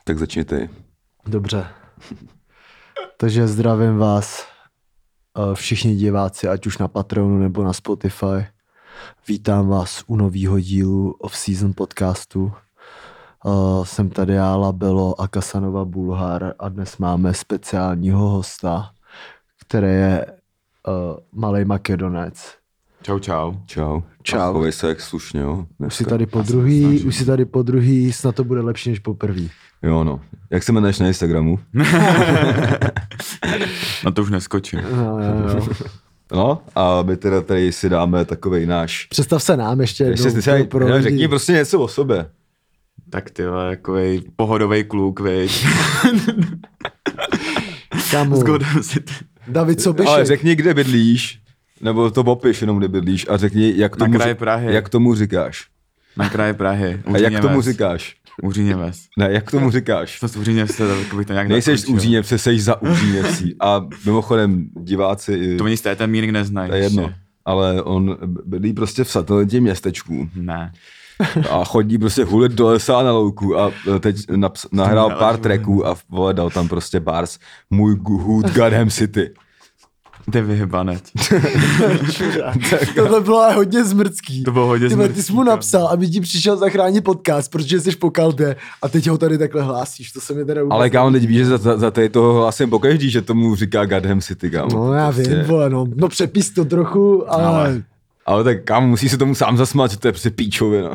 Tak začni ty. Dobře. Takže zdravím vás všichni diváci, ať už na Patreonu nebo na Spotify. Vítám vás u nového dílu Off-Season podcastu. Jsem tady já, Labelo a Kasanova Bulhar a dnes máme speciálního hosta, který je malej Makedonec. Čau, čau. Čau. Čau. A chovej se jak slušně, jo. Už si tady po druhý, snad to bude lepší než po prvý. Jo, no. Jak se jmenuješ na Instagramu? Na to už neskočím. No. No, a my teda tady si dáme takovej náš... Představ se nám ještě Ještě pro lidi. řekni prostě něco o sobě. Tak tyhle, takovej pohodovej kluk, viď. Kamu, Zgodám si ty. David Sobišek. Ale řekni, kde bydlíš, nebo to popiš jenom, kde bydlíš a řekni, jak tomu, Na kraji Prahy. jak tomu říkáš. Na kraji Prahy. A jak tomu říkáš? Úříněves. Ne, jak tomu říkáš? To z Úříněvce, tak bych to nějak Nejseš z zakončil. Úříněvce, seš za Úříněvcí. A mimochodem diváci... To oni z ten mírek neznají. To je jedno. ještě. Ale on bydlí prostě v satelitním městečku Ne. a chodí prostě hulit do lesa na louku a teď nahrál Ale pár že- tracků a vole, dal tam prostě bars Můj hood Goddamn City. Ty vyhybanec. Tohle bylo ale hodně zmrdský. To bylo hodně Ty zmrdský, jsi mu napsal, aby ti přišel zachránit podcast, protože jsi po kalbě a teď ho tady takhle hlásíš. To se mi teda vůbec Ale kámo, teď nelíbí. víš, že za tady toho hlasem pokaždý, že tomu říká Goddamn City, kámo. No já Prostě. vím, vole, no. No přepis to trochu, ale... Ale tak kámo, musí se tomu sám zasmát, že to je prostě píčovina.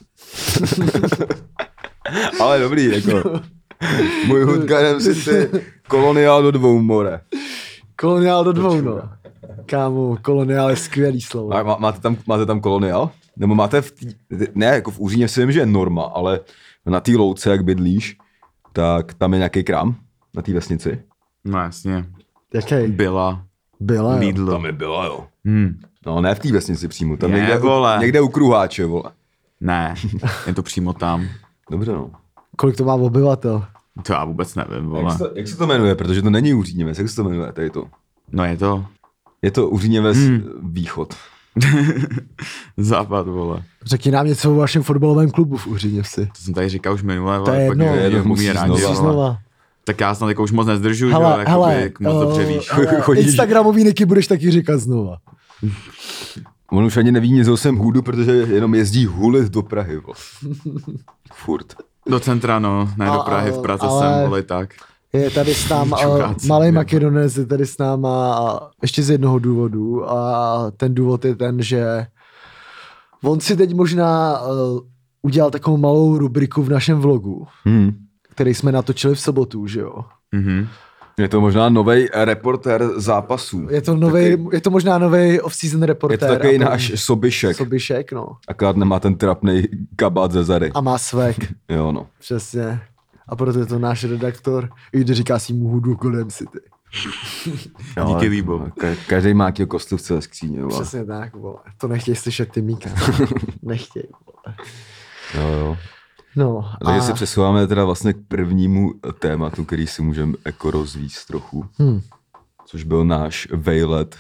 Ale dobrý, jako. Můj hood Goddamn City, koloniál do 2 more. Koloniál do 2, no. Kámo, koloniál je skvělý slovo. A máte tam koloniál? Nebo máte ne, jako v Úříně si vím, že je norma, ale na té louce, jak bydlíš, tak tam je nějaký krám na té vesnici. No jasně. Jaký? Byla. Byla, jo. Lidl. Tam je byla, jo. Hm. No ne v té vesnici přímo, tam Je, vole. někde u Kruháče, vole. Ne, je to přímo tam. Dobře, no. Kolik to má obyvatel? To já vůbec nevím, vole. Jak se to jmenuje, protože to není Úříněves, jak se to jmenuje, tady to? No je to Je to Úříněves východ. západ, vole. Řekni nám něco o vašem fotbalovém klubu v Úříněvsi. To jsem tady říkal už minule, To je ale pak jedno. je To musíš umírání, znova. vole. Znova. Tak já snad jako už moc nezdržuju, že jo, Hele, jakoby, hele, jak moc dobře víš. Chodíš- Instagramový niky budeš taky říkat znova. On už ani neví nic o svém hůdu, protože jenom jezdí hulit do Prahy, vole. Furt. Do centra, no, ne do Prahy, v Praze ale- jsem, vole, tak. Je tady s náma, Čuráci, malej jo. Makedonec je tady s náma a ještě z jednoho důvodu a ten důvod je ten, že on si teď možná udělal takovou malou rubriku v našem vlogu, který jsme natočili v sobotu, že jo. Mhm. Je to možná novej reportér zápasů. Je to možná nový off-season Je to reportér. takový a to- náš Sobišek. Sobišek, no. Akorát nemá ten trapnej kabát ze zady. A má svek, Jo, no. přesně. A proto je to náš redaktor, i když říká si mu hudu Goddamn City. Jo, Díky, ale Líbo. Každý má nějakého kostlivce ve skříně. Vole. Přesně tak, vole. To nechtěj slyšet ty Míka. Nechtěj, vole. Jo. No, Takže se přesouváme teda vlastně k prvnímu tématu, který si můžeme jako rozvíct trochu. Což byl náš vejlet.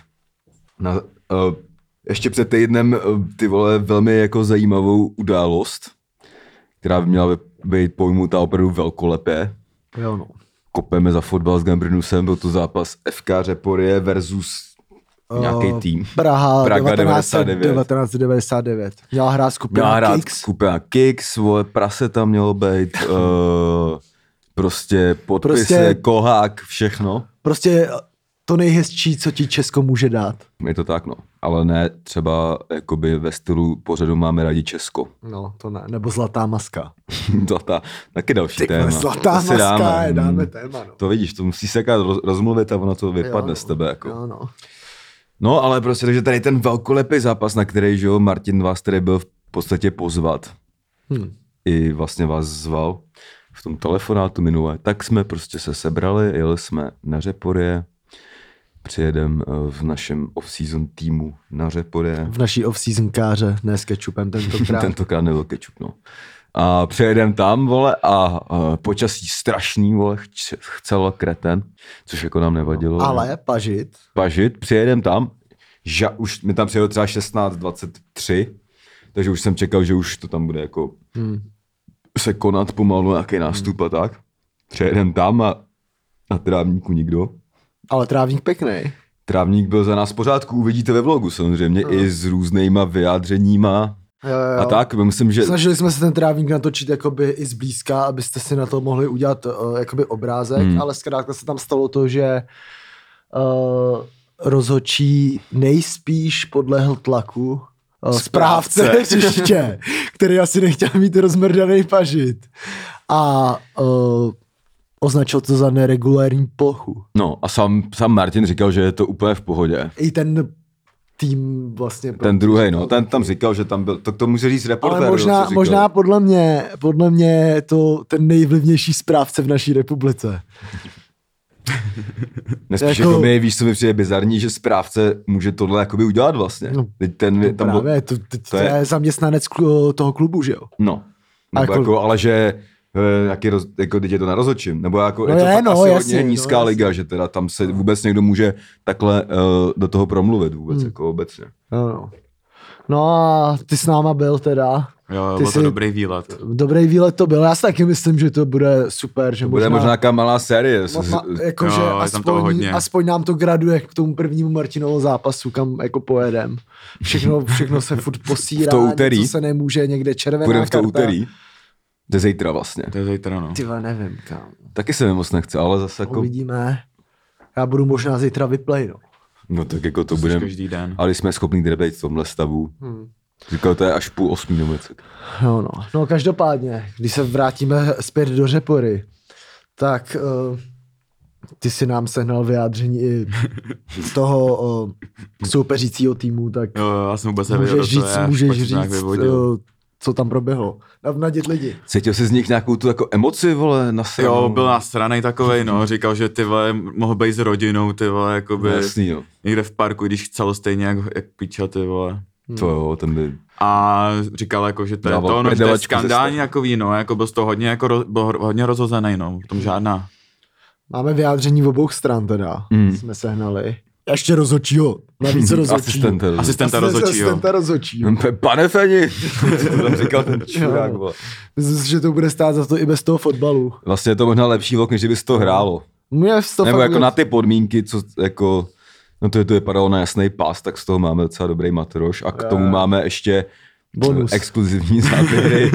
Ještě před týdnem ty vole velmi jako zajímavou událost, která by měla být pojmutá opravdu velkolepě. jo, no. Kopeme za fotbal s Gambrinusem, byl to zápas FK Řeporyje versus nějaký tým. Praha 1999. 1999. Měla hrát skupina Kicks. skupina Kicks, vole, prase tam mělo být, prostě podpisy, Prostě- kohák, všechno. Prostě to nejhezčí, co ti Česko může dát. Je to tak, no. Ale ne třeba jakoby ve stylu pořadu máme rádi Česko. No, to ne. Nebo Zlatá maska. Zlatá, taky další Ty téma. vole, Zlatá To si maska, dáme téma, no. To vidíš, to musí se jaká rozmluvit a ono to vypadne Jo, z tebe. Jako. Jo, no. No, ale prostě, takže tady ten velkolepý zápas, na který, že jo, Martin vás tady byl v podstatě pozvat. I vlastně vás zval v tom telefonátu minule. Tak jsme prostě se sebrali, jeli jsme na Řeporyje, přijedem v našem off-season týmu na Řeporyje. V naší off-season káře, ne s kečupem tentokrát. Tentokrát nebyl kečup, no. A přijedem tam, vole, a počasí strašný, vole, chcelo kreten, což jako nám nevadilo. Ale Pažit, přijedem tam, už mi tam přijelo třeba 16:23, takže už jsem čekal, že už to tam bude jako se konat pomalu, nějaký nástup a tak. Přejedem tam a na trávníku nikdo. Ale trávník pěkný. Trávník byl za nás v pořádku, uvidíte ve vlogu samozřejmě, i s různýma vyjádřeníma. Jo. A tak, myslím, že... Snažili jsme se ten trávník natočit jakoby i zblízka, abyste si na to mohli udělat jakoby obrázek, ale zkrátka se tam stalo to, že rozhodčí nejspíš podlehl tlaku správce hřiště, který asi nechtěl mít rozmrdaný pažit. A označil to za neregulární plochu. No a sám Martin říkal, že je to úplně v pohodě. I ten tým vlastně... Ten druhý, no, ten tam říkal, že tam byl, to může říct reportér. Ale možná podle mě je to ten nejvlivnější správce v naší republice. Nespíš jako my, víš, co mi přijde bizarní, že správce může tohle jakoby udělat vlastně. No, ten, tam právě, to je zaměstnanec toho klubu, že jo? No, nebo jako, ale že jako teď je to na rozhodčím, nebo jako no je to fakt asi jasně, hodně nízká liga, že teda tam se vůbec někdo může takhle do toho promluvit vůbec, jako obecně. No a ty s náma byl teda. Jo, byl to dobrý výlet. Dobrý výlet to byl, já si taky myslím, že to bude super. Že bude možná nějaká malá série. Jakože aspoň nám to graduje k tomu prvnímu Martinovu zápasu, kam jako pojedem. Všechno se furt posírá, to úterý, něco se nemůže, někde červená budeme v to karta. úterý. To je zítra vlastně. To je zítra, no. Tyva, nevím, kam. Taky se mi moc nechce, ale zase jako... Uvidíme. Já budu možná zítra vyplay, no. No tak jako to budeme... každý den. Ale jsme schopni drbejt v tomhle stavu. Říkal, to je až 7:30 nebo něco. No, každopádně, když se vrátíme zpět do Řepory, tak ty si nám sehnal vyjádření i toho soupeřícího týmu, tak jo, já jsem vůbec nevěděl, můžeš říct, co tam proběhlo. Navnadit lidi. Cítil jsi z nich nějakou tu jako emoci, vole, nasranou? Jo, byl nasranej takovej, no, říkal, že ty vole, mohl být s rodinou, ty vole, jakoby, jasný, jo. Někde v parku, když chcel stejně jak píča, ty vole. To jo, ten by... A říkal jako, že to je to, no, že to je skandální takový, no, jako byl z toho hodně, jako byl hodně rozhozený, no, v tom žádná. Máme vyjádření v obou stran teda, jsme sehnali. Ještě rozhodčího, navíc rozhodčího. Asistenta rozhodčího. Pane Feni, to tam říkal ten čurák, vole. Myslím si, že to bude stát za to i bez toho fotbalu. Vlastně je to možná lepší vlk, než kdyby to hrálo. Nebo jako na ty podmínky, co jako... No to vypadalo na jasný pás, tak z toho máme docela dobrý matroš a k tomu máme ještě bonus. Exkluzivní záběry.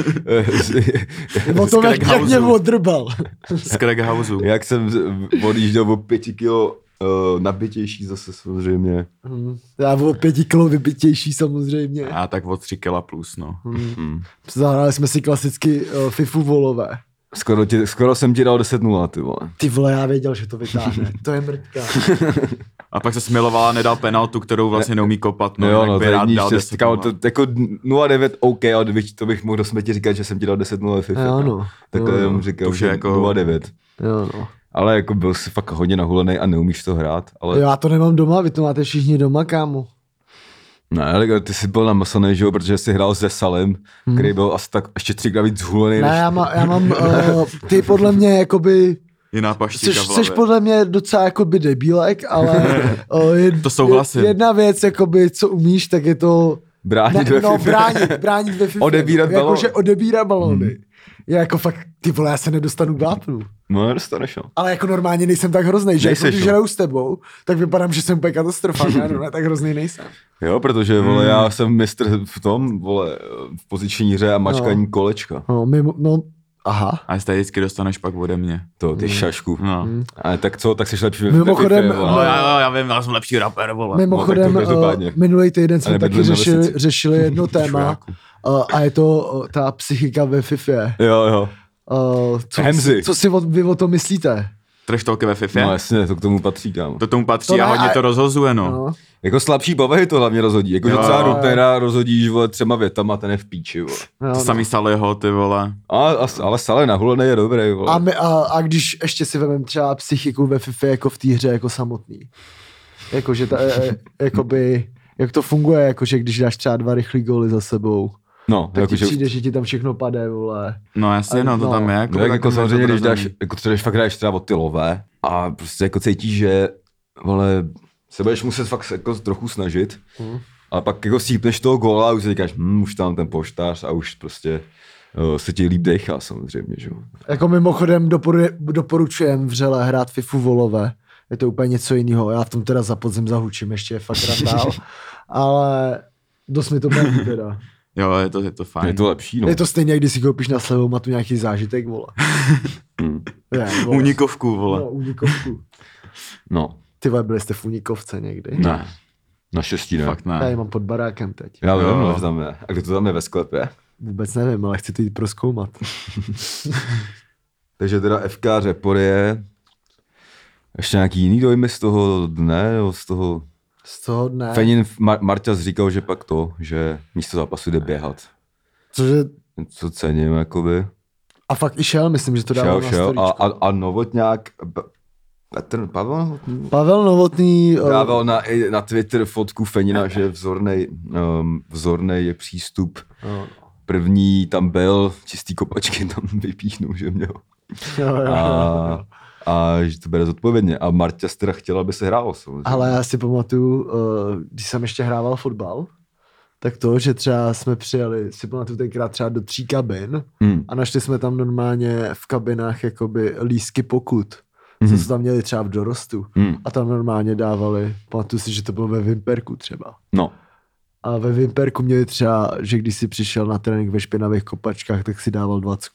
O tom, jak mě odrbal. Z Craighouseu. Jak jsem odjížděl o 5 kilo nabitější zase samozřejmě. Já o 5 kilo vybitější samozřejmě. A tak o 3 kila plus, no. Zahráli jsme si klasicky FIFU volové. Skoro jsem ti dal 10-0, ty vole. Ty vole, já věděl, že to vytáhne. To je mrtka. A pak se smilovala, nedal penaltu, kterou vlastně neumí kopat. No, jo, no by rád dal 10 jako 0-9 OK, ale to bych mohl do smrti říkat, že jsem ti dal 10-0 ve FIFA. Jo, no. Takhle jenom říkal, že jako 0-9. Jo, no. Ale jako byl jsi fakt hodně nahulený a neumíš to hrát. Ale... Já to nemám doma, vy to máte všichni doma, kámo. Ne, ale ty jsi byl namasaný, že jo, protože jsi hrál se Salem, který byl asi tak ještě 3krát víc zhulený. Ne, já mám ty podle mě jakoby... Jiná paštíka v hlavě. Jsi podle mě docela jakoby debílek, ale to souhlasím. Jedna věc, jakoby, co umíš, tak je to... Bránit ve FIFA. Bránit ve FIFA. Odebírat balóny. Jakože odebírat balóny. Já jako fakt, ty vole, já se nedostanu k vápnu. No, nedostaneš, no. Ale jako normálně nejsem tak hroznej, že jako, když hraju s tebou, tak vypadám, že jsem úplně katastrofa, já tak hrozný nejsem. Jo, protože, vole, já jsem mistr v tom, vole, v poziční hře a mačkání kolečka. Aha. A jste vždycky dostaneš pak ode mě. To, ty šašku. No. Ale tak co, tak jsi lepší mimochodem, ve FIFA, já vím, já jsem lepší rapper, vole. Mimochodem, minulý týden jsme taky řešili jedno téma a je to ta psychika ve FIFA. Jo. Co si vy o tom myslíte? Trash talky ve FIFA? No jasně, to k tomu patří, kámo. To tomu patří a hodně to rozhozuje, no. Jako slabší povahy to hlavně rozhodí. Jako docela Rutnera rozhodíš, vole, 3 větama, ten je v píči, vole. To samý Sallyho, ty vole. Ale Sally nahulený je dobrý, vole. A když ještě si vememe třeba psychiku ve FIFA jako v té hře jako samotný. Jakože jakoby, jak to funguje, jakože když dáš třeba 2 rychlý góly za sebou. No, tak ti přijde, že ti tam všechno padá, vole. No jasně, to tam je. Jako samozřejmě, když dáš, jako třeba fakt hraješ třeba od ty lové a prostě jako cítíš, že, vole, se budeš muset fakt jako trochu snažit a pak jako sípneš toho góla a už si říkáš, už tam ten poštář a už prostě se ti líp dechá samozřejmě, že jo. Jako mimochodem doporučujem vřele hrát FIFU volové. Je to úplně něco jiného. Já v tom teda za podzim zahučím, ještě je fakt randál. Ale dost mi to baví teda. Jo, je to fajn. Je to lepší, no. Je to stejně, když si koupíš na slevou matu nějaký zážitek, vole. Unikovku, vole. No, unikovku. No. Ty vole, byli jste v unikovce někdy? Ne. Naštěstí ne. Fakt ne. Já ji mám pod barákem teď. Já vím, že tam je. A kde to tam je ve sklepě? Vůbec nevím, ale chci to jít prozkoumat. Takže teda FK Řeporyje. Ještě nějaký jiný dojmy z toho dne, nebo z toho... Z toho dne. Fenin Marťas říkal, že pak to, že místo zápasu jde běhat. Cože... Co cením, jakoby. A fakt i šel, myslím, že to dával na storíčko. A Novotňák... Pavel Novotný... Dával na Twitter fotku Fenina, že vzornej je přístup. První tam byl, čistý kopačky tam vypíchnu, že měl. A že to bude zodpovědně. A Marťas teda chtěla, aby se hrálo. Samozřejmě. Ale já si pamatuju, když jsem ještě hrával fotbal, tak to, že třeba jsme přijeli, si pamatuju tenkrát třeba do 3 kabin a našli jsme tam normálně v kabinách jakoby lístky pokut. Co jsme tam měli třeba v dorostu. A tam normálně dávali, pamatuju si, že to bylo ve Vimperku třeba. No. A ve Vimperku měli třeba, že když si přišel na trénink ve špinavých kopačkách, tak si dával 20.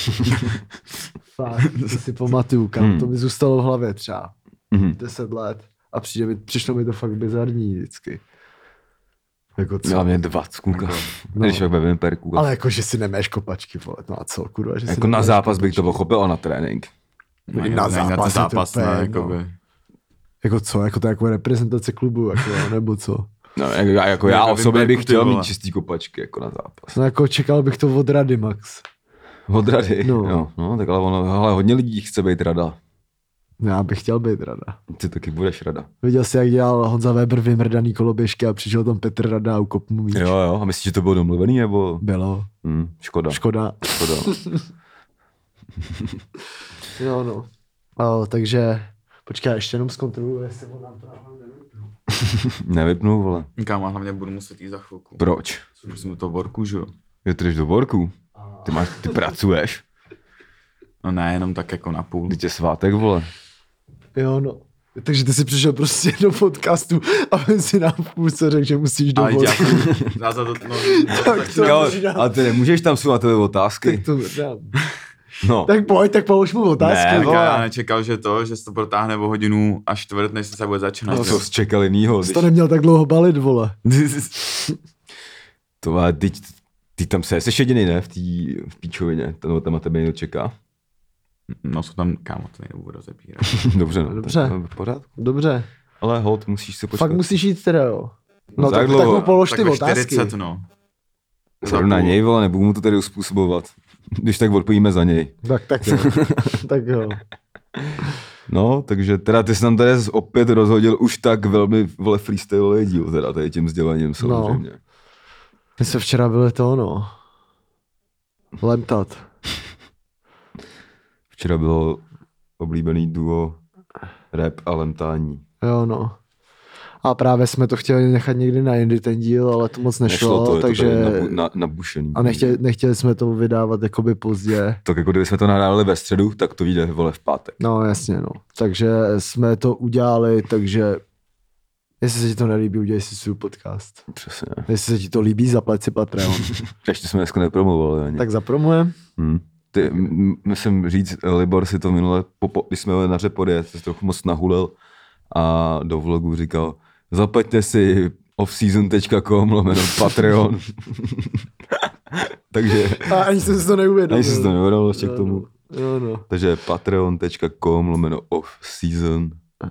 Fakt, to si pamatuju, kam to mi zůstalo v hlavě třeba 10 let. A přišlo mi to fakt bizarní vždycky. Jako co? Já mě 20, když ve Vimperku. Ale jako, že si nemáš kopačky, vole, no a co, kurva, že jako na zápas bych to pochopil, a na trénink. Na zápas ne, jakoby. Jako co, jako to jako reprezentace klubu, jako, nebo co? No, jako já osobně bych chtěl mít čistý kopačky jako na zápas. No jako čekal bych to od Rady, Max. Od Rady? No, tak ale hodně lidí chce být Rada. Já bych chtěl být Rada. Ty taky budeš Rada. Viděl jsi, jak dělal Honza Weber vymrdaný koloběžky a přišel tam Petr Rada a ukop mu míč. Jo, a myslíš, že to bylo domluvený, nebo? Bylo. Škoda. Jo, no. Takže, počkej, ještě jenom zkontroluji, jestli on nám to nevypnul. Nevypnul, vole. Kámo, hlavně budu muset jít za chvilku. Proč? Musím do toho worku, že jo? Jo, ty jdeš do worku? Ty pracuješ? No ne, jenom tak jako na půl. Teď je svátek, vole. Jo, no. Takže ty jsi přišel prostě do podcastu a on si nám v půlce řekl, že musíš do worku. Ale ty nemůžeš tam sumovat otázky. Tak to dám. No. Tak pojď, tak polož mu otázky. Ne, já nečekal, že se to protáhne o hodinu a čtvrt, než se bude začínat. No, co jsi čekal jinýho? Jsi to neměl tak dlouho balit, vole. To má, ty tam jsi jediný, ne? V píčovině. Tam na tebe někdo čeká. No jsou tam, kámo, to nebudu rozebírat. Dobře, no. Dobře. Pořád. Dobře. Ale hod, musíš se počkat. Fakt musíš jít teda, jo. No tak mu polož ty otázky. 40, no. Zrovna na něj, vole, nebudu mu to tady uspůsobovat. Když tak odpovíme za něj. Tak jo. Tak jo. No, takže teda ty jsi nám tady opět rozhodil už tak velmi, vole, freestyleový díl, teda tady tím sdělením samozřejmě. No. My jsme včera byli lemtat. Včera bylo oblíbený duo rap a lemtání. Jo, no. A právě jsme to chtěli nechat někdy na jindy ten díl, ale to moc nešlo takže... nabušený. A nechtěli jsme to vydávat jakoby pozdě. Tak jako kdyby jsme to nahrávali ve středu, tak to vyjde, vole, v pátek. No jasně, no. Takže jsme to udělali, takže jestli se ti to nelíbí, udělej si svůj podcast. Přesně. Jestli se ti to líbí, zaplať si Patreon. Ještě jsme dneska nepromovali ani. Tak zapromujem. Musím říct, Libor si to minule, když jsme byli na Řeporyje, se trochu moc nahulil a do vlogu říkal, zaplaťte si offseason.com/Patreon. Takže... A ani jsem si to neuvědomil. Ani jsem si to neuvědomil ještě k tomu. Jo, no. Takže patreon.com/offseason.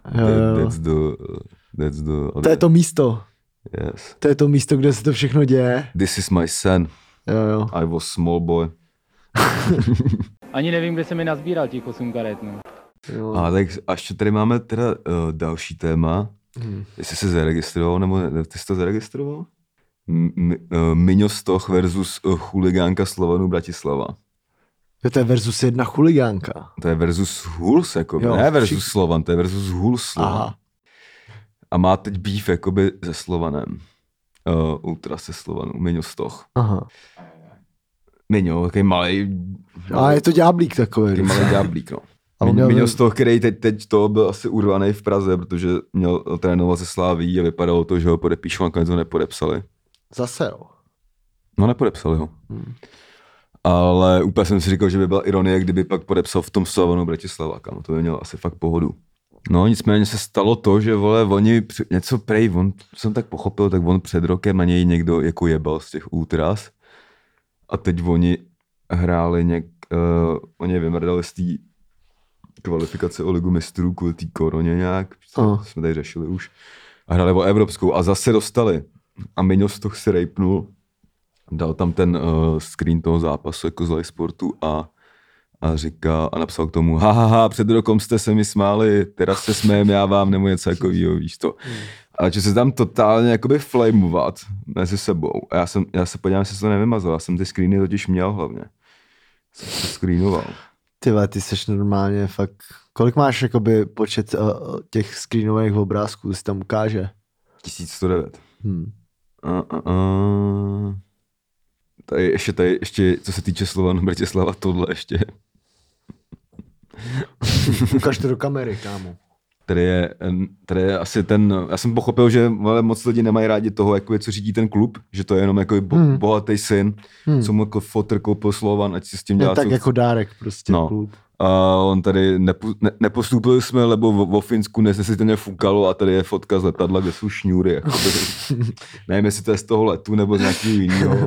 That's the... To je to místo. Yes. To je to místo, kde se to všechno děje. This is my son. Jo. I was small boy. Ani nevím, kde se mi nazbíral těch 8 karet, no. Jo. A tak ještě tady máme teda další téma. Jestli se zaregistroval, nebo ty jsi to zaregistroval? Miňo Stoch versus chuligánka Slovanu Bratislava. To je versus jedna chuligánka. To je versus Huls, jako ne versus Slovan, to je versus Huls Slovan. Aha. A má teď beef jakoby se Slovanem. Ultra se Slovanu, Miňo Stoch. Aha. Miňo, takový malej. A je to ďáblík takový. Takový malý ďáblík, no. A Miňo z toho, který teď to byl asi urvaný v Praze, protože měl trénovat se Slaví a vypadalo to, že ho podepíšou, nakonec ho nepodepsali. Zase, jo. No nepodepsali ho. Ale úplně jsem si říkal, že by byla ironie, kdyby pak podepsal v tom Slavonu Bratislava, kámo, to by měl asi fakt pohodu. No nicméně se stalo to, že vole, oni něco jsem tak pochopil, tak on před rokem na něj někdo jako jebal z těch ultras a teď oni hráli oni vymrdali z té kvalifikace o ligu mistrů kvůli té koroně nějak, jsme tady řešili už, a hráli o evropskou a zase dostali a Miňo z toho si rejpnul, dal tam ten screen toho zápasu jako z live sportu a říká a napsal k tomu, před rokem jste se mi smáli, teraz se smějem já vám, nebo něco takového, víš to. A že se tam totálně jakoby flamovat mezi sebou. A já se podívám, jestli to nevymazal, já jsem ty screeny totiž měl hlavně. Jsem se screenoval. Ty seš normálně fakt, kolik máš jakoby počet těch screenovaných obrázků, si tam ukáže? 1109. Tady ještě, co se týče Slovanu Bratislava, tohle ještě. Ukaž to do kamery, kámo. Tady je asi já jsem pochopil, že moc lidi nemají rádi toho, jako co řídí ten klub, že to je jenom jako bohatý syn, co mu jako fotr koupil Slovan, ať si s tím dělá. Tak jako dárek prostě klub. A on tady nepostupili jsme, lebo vo Finsku nesnesitelně fukalo a tady je fotka z letadla, kde jsou šňůry. Jako nevím, jestli to je z toho letu nebo z nějakého jiného.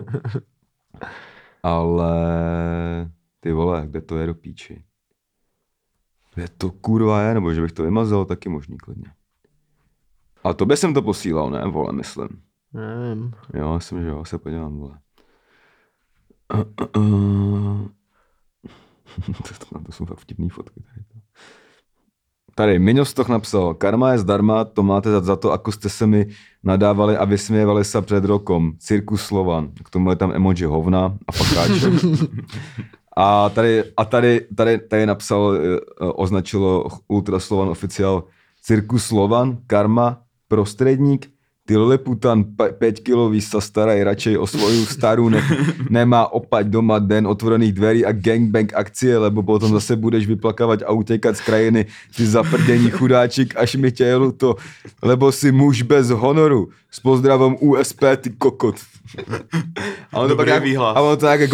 Ale ty vole, kde to je do píči? Kde to kurva je, nebo že bych to vymazal, taky možný klidně. A tobě jsem to posílal, ne, vole, myslím. Nevím. Jo, myslím, že jo, se podívám, vole. To jsou fakt vtipný fotky. Tady Miňo Stoch napsal, karma je zdarma, to máte za to, ako ste se mi nadávali a vysmievali sa před rokom. Cirkus Slovan. K tomu je tam emoji hovna a fakáče. A tady napsal, označilo Ultra Slovan oficiál Cirkus Slovan, karma, prostredník, ty liliputan 5-kilový sa starají radšej o svoju starú, nemá opať doma den otvorených dverí a gangbang akcie, lebo potom zase budeš vyplakávať a utekať z krajiny, ty zaprdění chudáčik, až mi tě je ľúto, lebo si muž bez honoru. S pozdravom USP, ty kokot. A on to nějak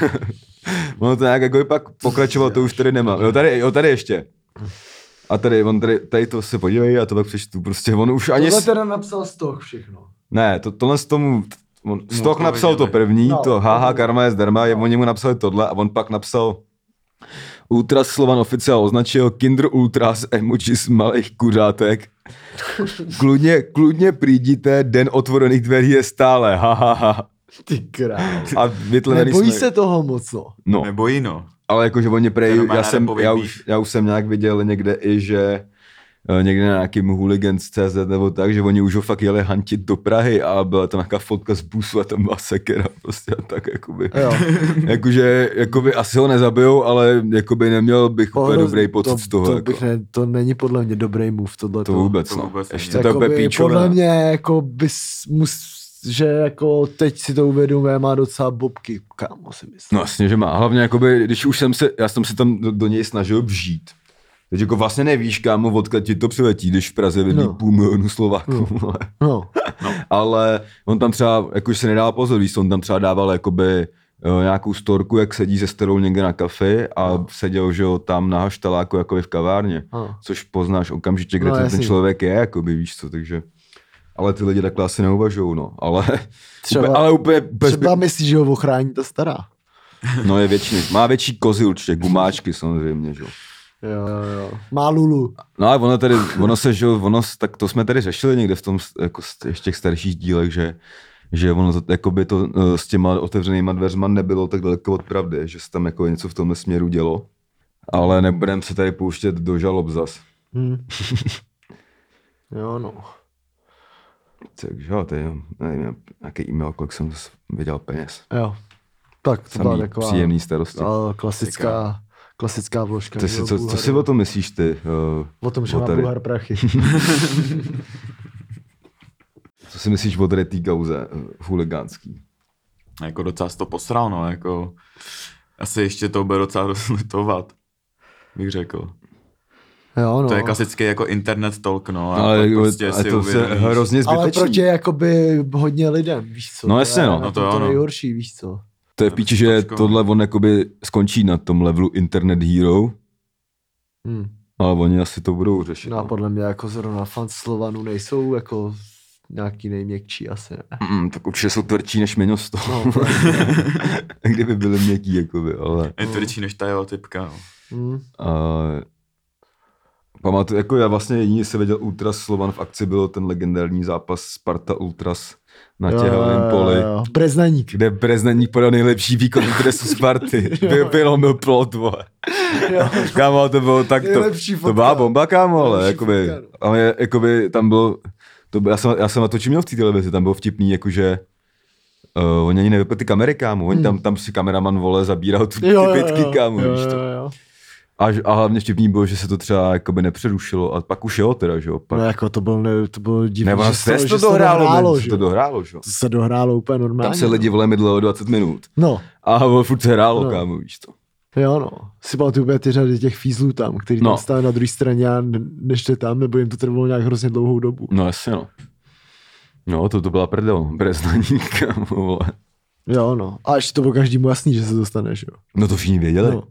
jako pak pokračoval, to už tady nemá. Jo, tady ještě. A tady to se podívej a to pak přečtu, prostě on už ani... Tohle teda napsal Stoch všechno. Ne, tohle z tomu... Stoch napsal to první, to karma je zdarma, oni mu napsali tohle a on pak napsal Ultra Slovan oficiál označil Kinder Ultras emoji z malých kuřátek. Kludně přijdíte, den otvorených dveří je stále, Ty krás. A nebojí se toho moc, no. Nebojí, no. Ale jakože oni já už jsem nějak viděl někde i, že někde na nějakým Hooligans.cz nebo tak, že oni už ho fakt jeli hantit do Prahy a byla tam nějaká fotka z busu a tam byla sekera prostě a tak jakoby. Jakože jakoby asi ho nezabijou, ale jakoby neměl bych úplně dobrý pocit z toho. To není podle mě dobrý move tohle. To vůbec, no. Ještě to úplně píčové. Podle mě jako bys že jako teď si to uvědomuje, má docela bobky, kámo si myslím. No jasně, že má. Hlavně jakoby, když už já jsem se tam do něj snažil vžít. Teď jako vlastně nevíš, kámo, odkud ti to přiletí, když v Praze vidí 500 000 Slováků. No. Ale on tam třeba, jakož se nedá pozor, víš, on tam třeba dával jakoby nějakou storku, jak sedí se starou někde na kafe a seděl, že jo, tam na haštaláku jakoby v kavárně. Což poznáš okamžitě, kde ten člověk je, jakoby, víš co, takže... Ale ty lidi takhle asi neuvažují, no. Ale úplně třeba myslíš, že ho ochrání ta stará. No je větší, má větší kozy určitě, gumáčky samozřejmě, že jo. Jo. Má Lulu. No ale tak to jsme tady řešili někde v tom, jako v těch starších dílech, že ono jakoby to s těma otevřenýma dveřma nebylo tak daleko od pravdy, že se tam jako něco v tomhle směru dělo. Ale nebudeme se tady pouštět do žalob zas. Jo, no. Takže jo, tady nevím, nějaký e-mail, kolik jsem viděl peněz. Jo, tak to byla taková příjemný starosti. Klasická vložka. Co si o tom myslíš ty? O tom, že má Bulhar prachy. Co si myslíš o tady té kauze huligánský? Jako docela to posral, no, jako asi ještě to bude docela litovat, bych řekl. Jo, no. To je klasický jako internet talk, no. Ale prostě a to se hrozně zbytečný. Ale proti jakoby hodně lidem, víš co? No jasně, no. No to jo, no. nejhorší, víš co? To je v píči, že tohle on jakoby skončí na tom levelu Internet Hero, ale oni asi to budou řešit. No a podle mě jako zrovna fans Slovanu nejsou jako nějaký nejměkčí asi, ne? Tak určitě jsou tvrdší než Miňosto. No, Kdyby byli měkký, jakoby, ale... Je tvrdší než ta jeho typka, no. Pamatuju, jako já vlastně jediný se viděl Ultras Slovan v akci, bylo ten legendární zápas Sparta Ultras na těhelném poli. Breznaník. Kde Breznaník podal nejlepší výkon dresu Sparty. Byl plot, vole. Kámo, to bylo tak, to byla bomba, kámo, ale jakoby tam bylo, já jsem na to měl v té televizi, tam bylo vtipný, jakože oni ani nevypli ty kamery, kámo, oni tam si kameraman, vole, zabíral ty pitky, kámo, víš to. A hlavně vtipný bylo, že se to třeba jakoby nepřerušilo a pak už jo teda, že jo. Pak... No jako to bylo divný, nebo že to dohrálo, že? To dohrálo, že? To se dohrálo úplně normálně. Tam se lidi vole mydlelo 20 minut. No. A furt se hrálo, kámo, víš to. Jo no, si pamatuju úplně ty řady těch fízlů tam, který tam stále na druhé straně a než jste tam, nebo jim to trvalo nějak hrozně dlouhou dobu. No jasně no. No to byla prdel, Breznaník, kámo, vole. Jo no, a ještě to bylo každému jasný, že se dostaneš, jo. No to všichni věděli. No.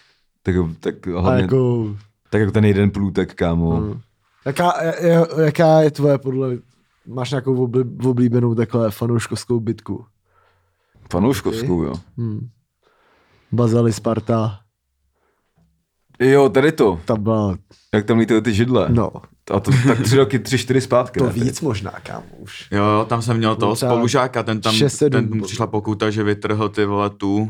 Tak hlavně, jako... tak jako ten jeden plůtek, kámo. Jaká je tvoje podle, máš nějakou oblíbenou takhle fanouškovskou bitku? Fanouškovskou, jo. Bazali Sparta. Jo, tady to. Tam byla... Jak tam lítaly ty židle. No. A to tak 3-4 zpátky. To ne, víc možná, kámo, už. Jo, tam jsem měl toho spolužáka, ten mu přišla pokuta, že vytrhl ty vole tu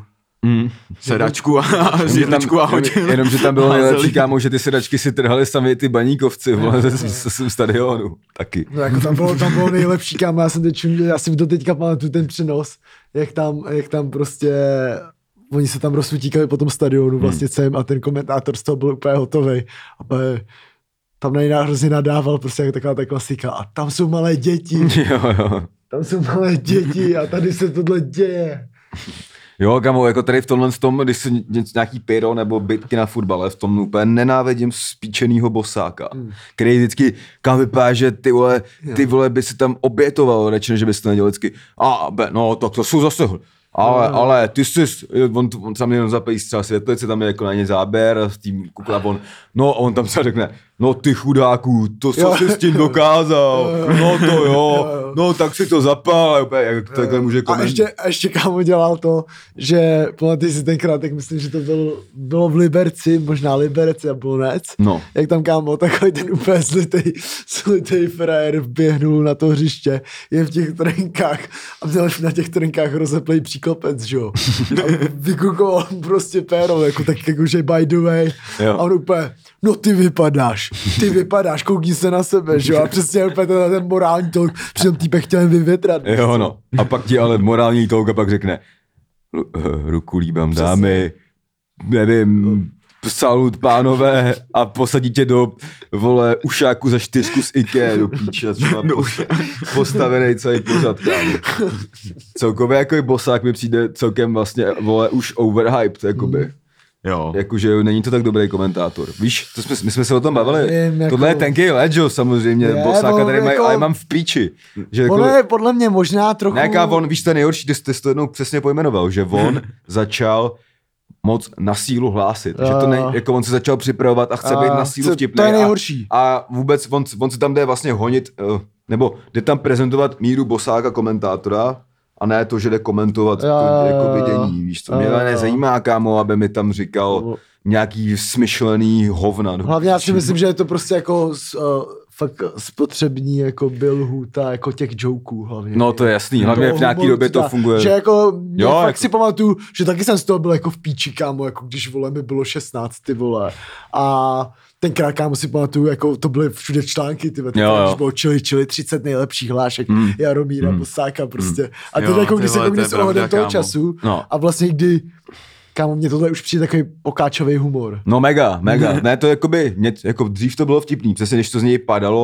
sedačku a zjednačku a hodil. Jenomže tam bylo nejlepší, kámo, že ty sedačky si trhali sami ty baníkovci, vole, ze stadionu, taky. No jako tam bylo nejlepší, kámo, já si to teďka pamatuju ten přenos, jak tam prostě, oni se tam rozsvítíkali po tom stadionu vlastně celým a ten komentátor z toho byl úplně hotovej. A tam na jiná hrozně nadával, prostě jak taková ta klasika. A tam jsou malé děti. Jo. Tam jsou malé děti a tady se tohle děje. Jo, kámo, jako tady v tomhle tom, když se nějaký pyro nebo bitky na fotbale, v tom úplně nenávidím spíčenýho bosáka, který vždycky, kam vypadá, že ty vole by si tam obětoval, řečeno, že bys to nedělal vždycky, no tak to jsou zase, ale ty jsi, on tam jenom zapojí třeba světlice, tam je jako na ně záběr s tím kukla, on tam třeba řekne, no ty chudáku, to co jsi s tím dokázal, no to jo, no tak si to zapál, jak takhle může komentovat. A ještě kámo dělal to, že pamatuji si tenkrát, tak myslím, že to bylo v Liberci, možná Liberec a Blonec, jak tam kámo takový ten úplně slitej frajer vběhnul na to hřiště, je v těch trenkách a měl na těch trenkách rozeplej příkopec, že jo. A vykukoval prostě péro, jako tak jakože by the way. Jo. A on úplně, no ty vypadáš, koukni se na sebe, že jo. A přesně úplně ten morální talk, přitom týpek chtěl vyvětrat. Jo no. A pak ti ale morální talk a pak řekne, ruku líbám dámy, nevím, salut pánové a posadí tě do, vole, ušáku za 4 z IKEA do píče, třeba postavený celý pořad, kámo. Celkově jako bosák mi přijde celkem vlastně, vole, už overhyped, jakoby. Jo. Jakože není to tak dobrý komentátor. Víš, my jsme se o tom bavili. Tohle je tenký led, jo, samozřejmě, bosáka tady mají, ale mám v píči. Že ono je podle mě možná trochu... Nějaká víš, to je nejhorší, ty jsi to jednou přesně pojmenoval, že on začal moc na sílu hlásit. Že to jako on se začal připravovat a chce být na sílu vtipný. To je nejhorší. A vůbec on se tam jde vlastně honit, nebo jde tam prezentovat míru bosáka komentátora, a ne to, že jde komentovat to jako vidění, víš co. Mě nezajímá, kámo, aby mi tam říkal nějaký smyšlený hovna. Hlavně já si myslím, že je to prostě jako fakt spotřební jako bilhuta, jako těch joků hlavně. No to je jasný, hlavně v nějaký době to funguje. Že jako, fakt si pamatuju, že taky jsem z toho byl jako v píči, kámo, jako když vole mi bylo 16, ty vole. A tenkrát, kámo, si pamatuju, jako to byly všude články, ty když bylo čili 30 nejlepších hlášek Jaromíra Bosáka prostě. A teď jako když se koukne s ohledem toho času a vlastně kdy kámo, mě tohle už přijde takový pokáčový humor. No mega. Ne, to jakoby, jako dřív to bylo vtipný, přesně když to z něj padalo,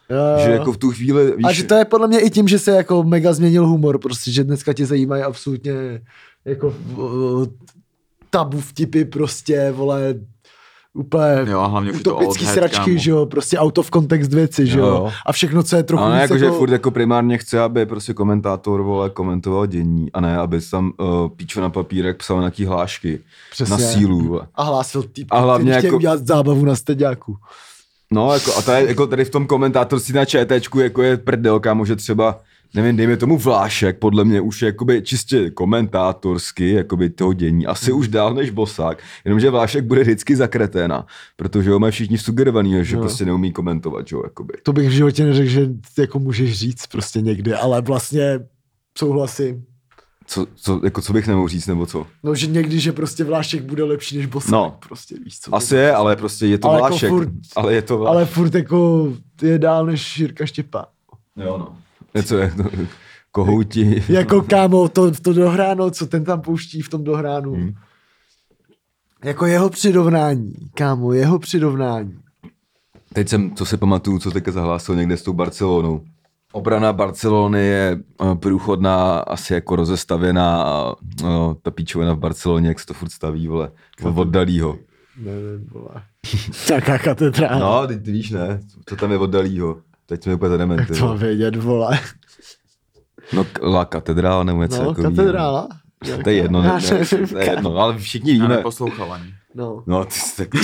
Že jako v tu chvíli, víš... A že to je podle mě i tím, že se jako mega změnil humor, prostě, že dneska tě zajímají absolutně jako tabu vtipy prostě, vole, úplně jo, hlavně utopický sračky, že jo, prostě out of context věci, že jo, a všechno, co je trochu víc jako... že furt jako primárně chce, aby prostě komentátor, vole, komentoval dění, a ne, aby tam píčo na papírek psal nějaký hlášky. Přesně. Na sílu, vole. A hlásil a hlavně jako... udělat zábavu na steďáku. No, jako, a tady, jako tady v tom komentátorství na ČTčku jako je prdel, kámo, že třeba, nevím, dejme tomu Vlášek, podle mě už je jakoby čistě komentátorsky, jakoby toho dění, asi už dál než Bosák, jenomže Vlášek bude vždycky za kreténa, protože ho mají všichni sugerovaný, že prostě neumí komentovat, že jo, jakoby. To bych v životě neřekl, že jako můžeš říct prostě někdy, ale vlastně souhlasím. Co bych nemohl říct, nebo co? No, že někdy, že prostě Vlášek bude lepší než Bosák, no, prostě víš co. Asi je, ale prostě je to Vlášek, jako furt, ale je to Vlášek. Ale furt jako je dál než Jirka Štěpán. Jo, no. Něco je to, kohouti. Jako kámo, to dohráno, co ten tam pouští v tom dohránu. Jako jeho přirovnání, kámo, jeho přirovnání. Teď co si pamatuju, co teďka zahlásil někde s tou Barcelonou. Obrana Barcelony je průchodná, asi jako rozestavěná a ta píčovina v Barceloně, jak se to furt staví, vole, od Dalího. Nevím, vole. Taká katedrála. No, ty víš, ne, co tam je od Dalího. Teď jsme úplně zadementy. Jak to mám vědět, vole. No, La Katedrála nebo něco jako katedrála. To je jedno, to je jedno, ale všichni víme. Já neposlouchal ani. No, ty jsi tak...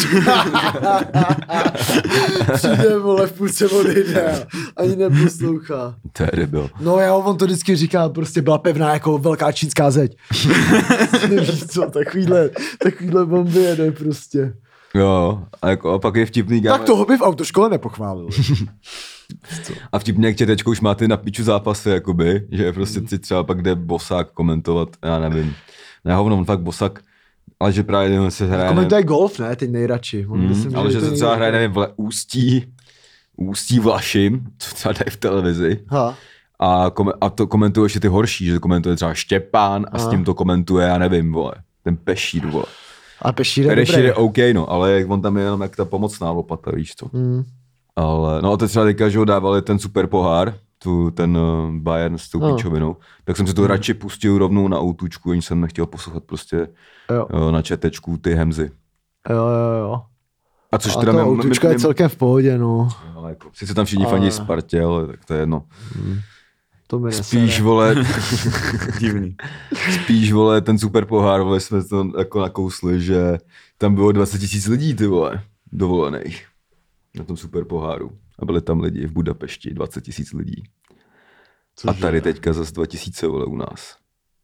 Přijde, vole, v půlce odejde, ani neposlouchá. To je debil. No jo, on to vždycky říká, prostě byla pevná jako velká čínská zeď. Nevíš co, takovýhle bomby jede prostě. Jo, a pak je vtipný... Tak toho by v autoškole nepochválil. A vtipně, jak Četečko už máte na píču zápasy, jakoby, že prostě si třeba pak jde Bosák komentovat, já nevím. Ne, hovno, on fakt Bosák, ale že právě se hraje... Komentuje golf, ne, teď nejradši. Myslím, ale že se třeba hraje, nevím, Ústí Vlašim, co třeba dají v televizi. Ha. A to komentuje ještě ty horší, že to komentuje třeba Štěpán a s tím to komentuje, já nevím, vole, ten Pešír, vole. A Pešír je OK, no, ale on tam je jenom jak ta pomocná lopata, víš co. Ale, no a teď třeba teďka, že ho dávali ten super pohár, ten Bayern s tou píčovinou, tak jsem si to radši pustil rovnou na outučku, ani jsem nechtěl poslouchat prostě na četečku ty hemzy. Jo. A což a teda to outučka je celkem v pohodě, no. Jako, sice tam všichni fandí Spartě, ale tak to je jedno. To mi spíš, vole, divný. Spíš, vole, ten super pohár, vole, jsme to jako nakousli, že tam bylo 20 000 lidí, ty vole, dovolených. Na tom super poháru. A byli tam lidi v Budapešti, 20 000 lidí. Cože? A tady teďka zase 2000, vole, u nás.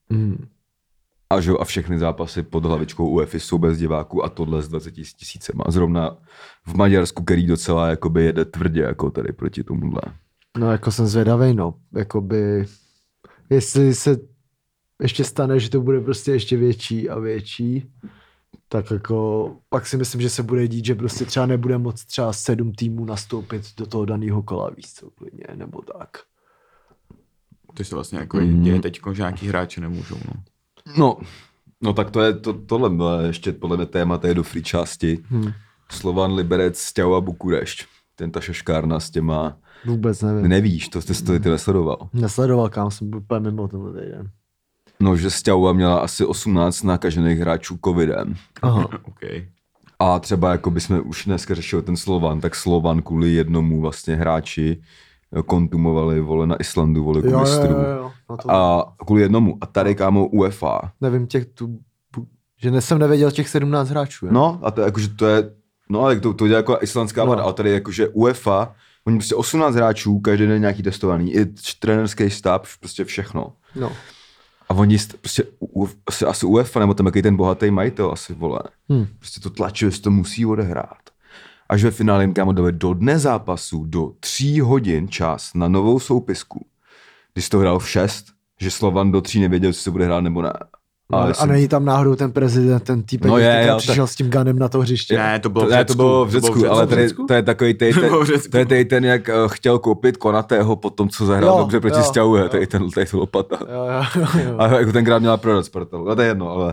A všechny zápasy pod hlavičkou UEFA jsou bez diváků a tohle s 20 000. A zrovna v Maďarsku, který docela jakoby jede tvrdě jako tady proti tomuhle. No jako jsem zvědavej, no. Jakoby, jestli se ještě stane, že to bude prostě ještě větší a větší, tak jako pak si myslím, že se bude dít, že prostě třeba nebude moc třeba 7 týmů nastoupit do toho daného kola, víc co klidně, nebo tak. To se vlastně jako děje teďko, že nějaký hráči nemůžou, no. No tak to je tohle bylo ještě podle mě téma do free části. Slovan, Liberec, Steaua, Bukurešť. Ten ta šaškárna s těma... Vůbec nevím. Nevíš, to jsi ty nesledoval. Nesledoval, kam jsem byl úplně mimo tenhle týden. No, že Steaua měla asi 18 nakažených hráčů covidem. Aha. Okay. A třeba jako bychom už dneska řešili ten Slovan, tak Slovan kvůli jednomu vlastně hráči kontumovali, vole, na Islandu, vole, ku mistru. A kvůli jednomu. A tady, kámo, UEFA. Nevím, že jsem nevěděl těch 17 hráčů. Je? No, a to jakože to je, no, ale to dělá jako islandská vláda, ale tady jakože UEFA, oni prostě 18 hráčů, každý den nějaký testovaný, i trenérský stáb, prostě všechno. No. A oni prostě asi UEFA, nebo tam jaký ten bohatý majitel asi, vole. Prostě to tlačí, že to musí odehrát. Až ve finále jim kámo dali do dne zápasu, do 3 hodin čas na novou soupisku. Když to hrál v 6, že Slovan do 3 nevěděl, jestli se bude hrát nebo ne. A není tam náhodou ten prezident, ten týpek, který přišel s tím ganem na to hřiště? Ne, to bylo v Řecku. Ale to je takový ten, jak chtěl koupit Konatého po tom, co zahrál dobře proti Steaua, tady to lopata. Jo. A jako tenkrát měla prodat Sparta, to je jedno,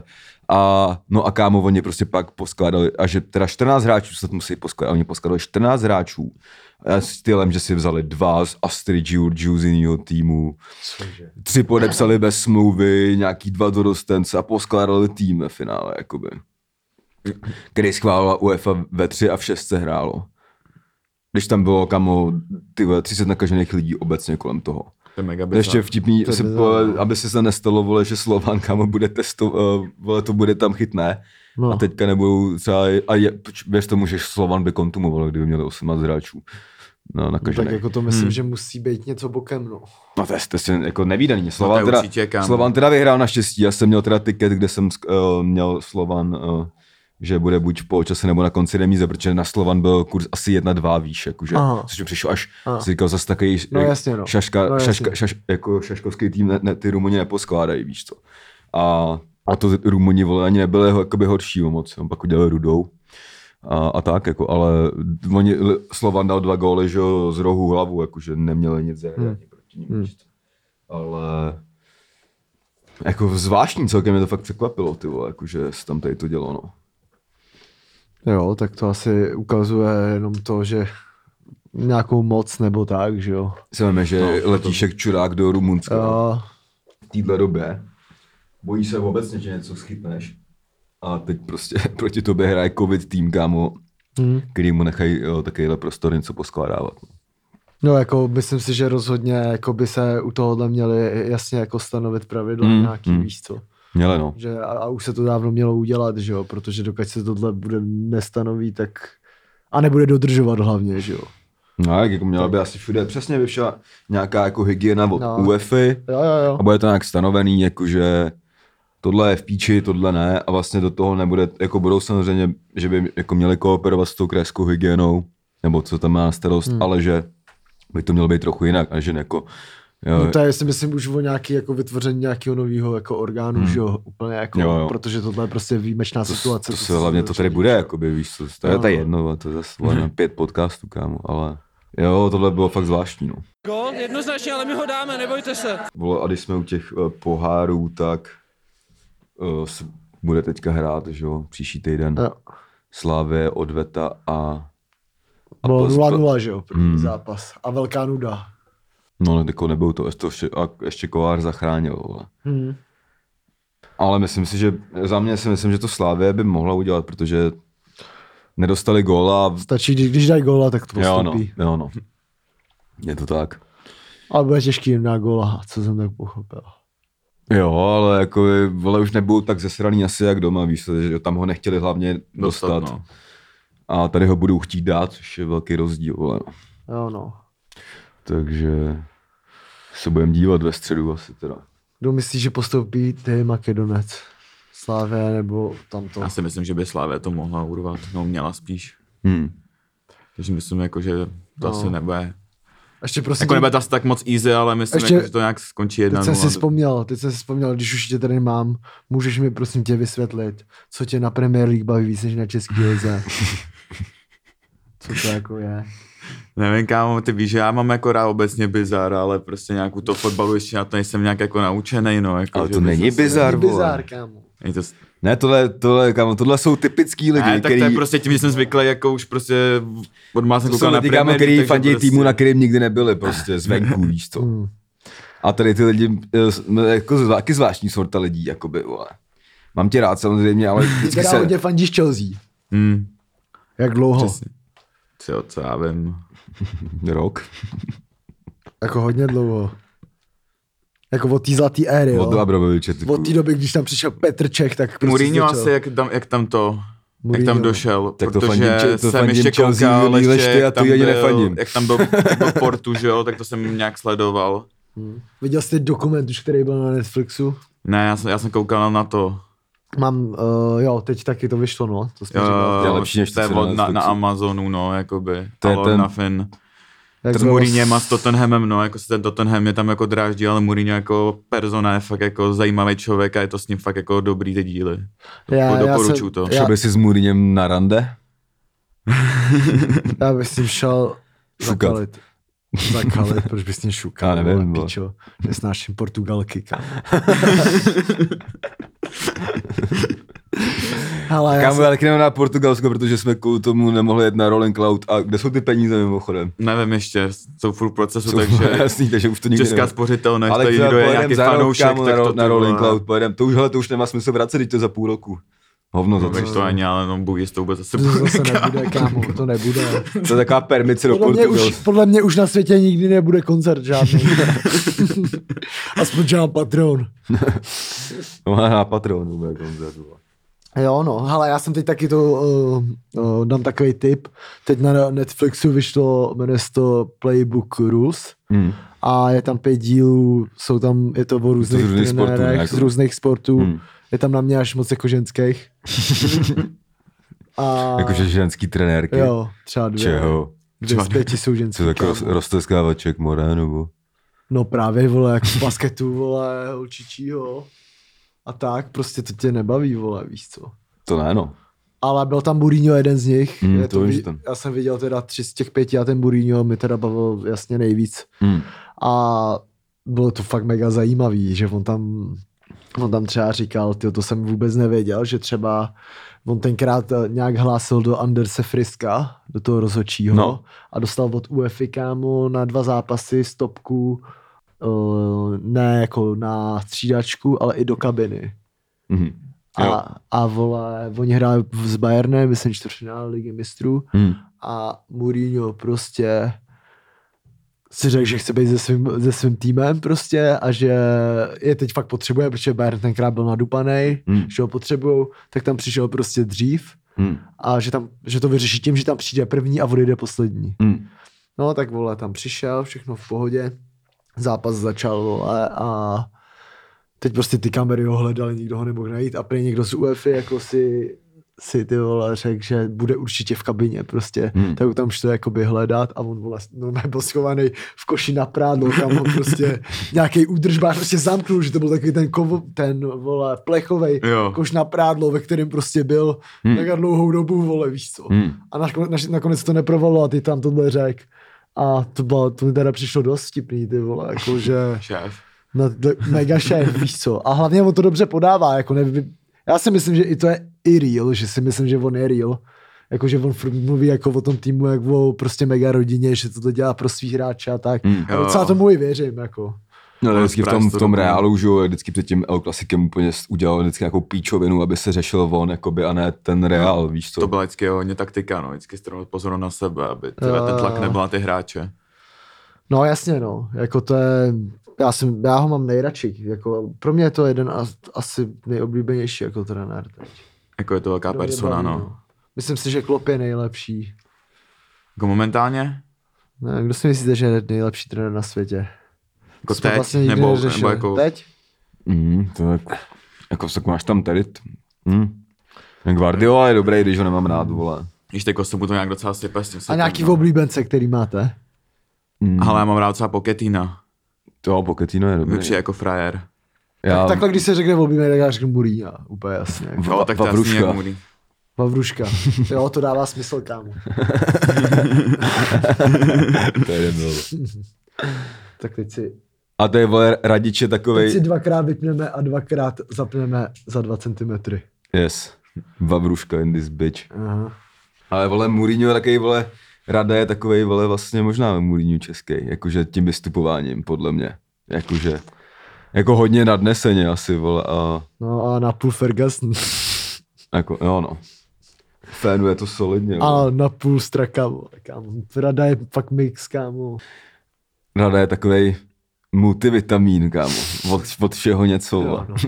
A kámo, oni prostě pak poskládali, a že teda 14 hráčů se musí poskládat, oni poskládali 14 hráčů s stylem, že si vzali 2 z Astrid Georgiou z jiného týmu, 3 podepsali bez smlouvy, nějaký 2 dorostence a poskládali tým ve finále, jakoby. Který schválila UEFA ve 3 a v 6 se hrálo. Když tam bylo, kamo, 30 nakažených lidí obecně kolem toho. To ještě vtipný, aby se nestalo, vole, že Slovan, kamo, bude vole, to bude tam chytné. No. A teďka nebudou třeba, věř tomu, že Slovan by kontumoval, kdyby měli 18 hráčů. No, tak jako to myslím, že musí být něco bokem, no. No to je jako nevídaný. Slovan teda vyhrál naštěstí, já jsem měl teda tiket, kde jsem měl Slovan, že bude buď v poločase nebo na konci remíze, protože na Slovan byl kurz asi 1-2, víš, jakože, což mi přišlo až, si říkal, zase takový jako šaškovský tým, ty Rumuni neposkládají, víš co. A to Rumuni, vole, ani nebyli jakoby horší moc, pak udělali Rudou a tak, jako, ale Slovan dal 2 góly, že z rohu hlavu, jakože neměli nic zahrát proti ním, víš co. Ale jako zvláštní, celkem mě to fakt překvapilo, ty vole, jakože se tam tady to dělo, no. Jo, tak to asi ukazuje jenom to, že nějakou moc nebo tak, že jo. Víme, že letíš jak čurák do Rumunska v téhle době. Bojí se obecně, že něco schytneš. A teď prostě proti tobě hraje covid tým, kámo, který mu nechají takovýhle prostor něco poskládávat. No jako myslím si, že rozhodně jako by se u tohohle měli jasně jako stanovit pravidla nějaký, víš co. Měle, no. Že a už se to dávno mělo udělat, že jo, protože dokud se tohle bude nestanoví, tak a nebude dodržovat hlavně, že jo. No, jako měla by asi všude přesně vyšla nějaká jako hygiena od UEFA a bude to nějak stanovený, jakože tohle je v píči, tohle ne a vlastně do toho nebude, jako budou samozřejmě, že by jako měli kooperovat s tou krajskou hygienou, nebo co tam má na starost, ale že by to mělo být trochu jinak, a že jako jo. No to je, si myslím, už o nějaký jako vytvoření nějakého nového jako orgánu, že jo, úplně jako, jo. Protože tohle je prostě výjimečná situace. To se hlavně to tady bude, jakoby, víš co, to je jedno, to je zase na 5 podcastů, kámo, ale jo, tohle bylo fakt zvláštní, no. Gól, jednoznačně, ale my ho dáme, nebojte se. A když jsme u těch pohárů, tak bude teďka hrát, že jo, příští týden. Jo. Slávě, Odveta a bylo 0-0, že jo, první zápas. A velká nuda. No, jako nebyl to ještě Kolář zachránil, vole. Ale myslím si, že za mě si myslím, že to Slávě by mohla udělat, protože nedostali góla. Stačí, když dají góla, tak to postupí. Jo, no. Je to tak. Ale bude těžký jim na góla, co jsem tak pochopil. Jo, ale jako vole už nebudou tak zesraný asi jak doma, víš, že tam ho nechtěli hlavně dostat. No. A tady ho budou chtít dát, což je velký rozdíl, vole. Jo, no. Takže se budeme dívat ve středu asi teda. Kdo myslí, že postoupí ty Makedonec? Slávě nebo tamto? Já si myslím, že by Slávě to mohla urvat, no měla spíš. Takže myslím, jako, že to asi nebude. Ještě prosím, jako nebude to asi tak moc easy, ale myslím, jako, že to nějak skončí 1-0. Teď jsem si vzpomněl, když už tě tady mám, můžeš mi prosím tě vysvětlit, co tě na Premier League baví víc než na český lize? Co to jako je? Nevím, kámo, ty víš, že já mám jako rád obecně bizar, ale prostě nějakou to fotbalu ještě na to nejsem nějak jako naučenej, no. Jako, ale to není bizar, vole. Bizar, kámo. Ne, tohle jsou typický lidi, ne, tak to je prostě tím, že jsem zvyklý, jako už prostě od má jsem koukal na Premier League, který fandí prostě týmu, na kterým nikdy nebyli, prostě zvenku, víš co. A tady ty lidi, jako taky zvláštní sorta lidí, jakoby, vole. Mám tě rád samozřejmě, ale vždycky se... hodně fandíš Chelsea. Jak dlouho? Přesně. Co já vím. Rok. Jako hodně dlouho. Jako od té zlatý éry, jo. Od té doby, když tam přišel Petr Čech, tak prostě Mourinho asi, jak tam došel, tak protože jsem ještě koukal, jak tam byl Portu, že jo, tak to jsem nějak sledoval. Viděl jsi dokument už, který byl na Netflixu? Ne, já jsem koukal na to. Mám, jo, teď taky to vyšlo, no. To jsme říkali. Lepší než to je na Amazonu, no, jakoby. To je ten... Nothing. S Mourinhem a s Tottenhamem, no, jako se ten Tottenham je tam jako dráždí, ale Mourinho jako persona je fakt jako zajímavý člověk a je to s ním fakt jako dobrý ty díly. Doporučuju to. Šel bys si s Mourinhem na rande? Já bych s tím šel zakalit, proč bys s tím šukal? Já nevím, pičo, nesnáším Portugalky, kámo. Kámo, já taky na Portugalsko, protože jsme kvůli tomu nemohli jet na Rolling Cloud. A kde jsou ty peníze mimochodem? Nevím ještě, jsou furt procesu, takže jasný, takže už to nikdy česká spořitelnost, ale tady kdo je nějaký fanoušek, tak to na Rolling Cloud pojedem. To už nemá smysl vracet, teď to za půl roku. Hovno za to ani, ale no Bůh, jestli to vůbec zase nebude, kámo, to nebude. To je taková permice do Portugalska. Podle mě už na světě nikdy nebude koncert žádný. Aspoň žádný Patreon. No na Patreonu bude koncert. Jo, no, hele, já jsem teď taky dám takový tip. Teď na Netflixu vyšlo, jmenuje se to Playbook Rules. A je tam 5 dílů, je to o různých trenérech z různých sportů. Je tam na mě až moc jako ženských. Jakože ženský trenérky? Jo, třeba 2. Čeho? 2 z 5 jsou ženský. Co jako rozteskávaček more, nebo? No právě, vole, jako z basketu, vole, holčičího. A tak, prostě to tě nebaví, vole, víš co. To ne, no. Ale byl tam Mourinho jeden z nich. Já jsem viděl teda 3 z těch 5 a ten Mourinho mi teda bavil jasně nejvíc. A bylo to fakt mega zajímavý, že on tam třeba říkal, to jsem vůbec nevěděl, že třeba on tenkrát nějak hlásil do Anderse Friska, do toho rozhodčího a dostal od UEFI kámo na 2 zápasy stopku, ne jako na střídačku, ale i do kabiny. A vole, oni hráli s Bayernem, myslím, čtvrtfinále Ligy mistrů a Mourinho prostě si řekl, že chce být se svým týmem prostě a že je teď fakt potřebuje, protože Bayern tenkrát byl nadupanej, že ho potřebujou, tak tam přišel prostě dřív a že to vyřeší tím, že tam přijde první a odejde poslední. No tak vole, tam přišel, všechno v pohodě, zápas začal, vole, a teď prostě ty kamery ho hledali, nikdo ho nemohl najít a prý někdo z UEFI jako si ty vole řekl, že bude určitě v kabině prostě, tak tam šlo jakoby hledat a on vole byl schovaný v koši na prádlo, tam on prostě nějaký údržbář prostě zamknul, že to byl takový ten vole plechovej koš na prádlo, ve kterém prostě byl mega dlouhou dobu, vole, víš co. A nakonec to neprovalo a ty tam tohle řekl a to mi teda přišlo dost vtipný, ty vole, jakože mega šéf, víš co. A hlavně on to dobře podává, jako já si myslím, že i to je i real, že si myslím, že on je real. Jakože on mluví jako o tom týmu, jak o prostě mega rodině, že to dělá pro svý hráče a tak. A docela tomu i věřím, jako. No vždycky v tom Reálu, že vždycky před tím El Clasikem úplně udělal vždycky nějakou píčovinu, aby se řešil on, jakoby, a ne ten Reál, víš co. To byla vždycky hodně taktika, no, vždycky strnul pozor na sebe, aby ten tlak nebyl na ty hráče. No jasně, no, jako to je, já ho mám nejradši, jako pro mě je to jeden asi nejoblíbenější jako trenér teď. Jako je to velká persona, no. Myslím si, že Klopp je nejlepší. Jako momentálně? Ne, kdo si myslíte, že je nejlepší trenér na světě? Jako teď? Vlastně nebo jako... Teď? To jako tak máš tam tady. Guardiola je dobrý, když ho nemám rád, vole. Když teďko se mu to nějak docela sype s tím. A nějaký oblíbence, který máte? Ale já mám rád třeba Pochettina. To Pochettino je dobrý. Vypři jako frajer. Takhle, když se řekne oblíbený, tak já řeknu Mourinho, úplně jasně. Jo, tak to jasný jak Mourinho. Vavruška. Jo, to dává smysl, kámo. To je nebylo. Tak teď si... A to je, vole, Radiče takovej... Teď si 2x vypneme a 2x zapneme za 2 cm. Yes. Vavruška in this bitch. Aha. Ale, vole, Mourinho takovej, vole, Rada je takovej, vole, vlastně možná Mourinho český, jakože tím vystupováním, podle mě. Jakože, jako hodně nadneseně asi, vole, a... No a napůl Ferguson. Jako, jo, no. Fénu je to solidně. A napůl Straka, vole, kámo. Rada je fakt mix, kámo. Rada je takovej multivitamín, kámo. Od všeho něco, vole. No.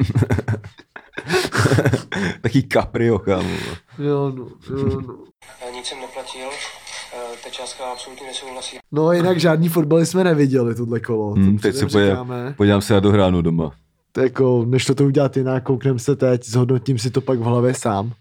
Taký Caprio, kámo. Jo, no. Nic jsem neplatil, ta částka absolutně nesouhlasí. No jinak žádný fotbaly jsme neviděli, tohle kolo. Teď se podívám se na dohránu doma. To jako, než to udělat jinak, kouknem se teď, zhodnotím si to pak v hlavě sám.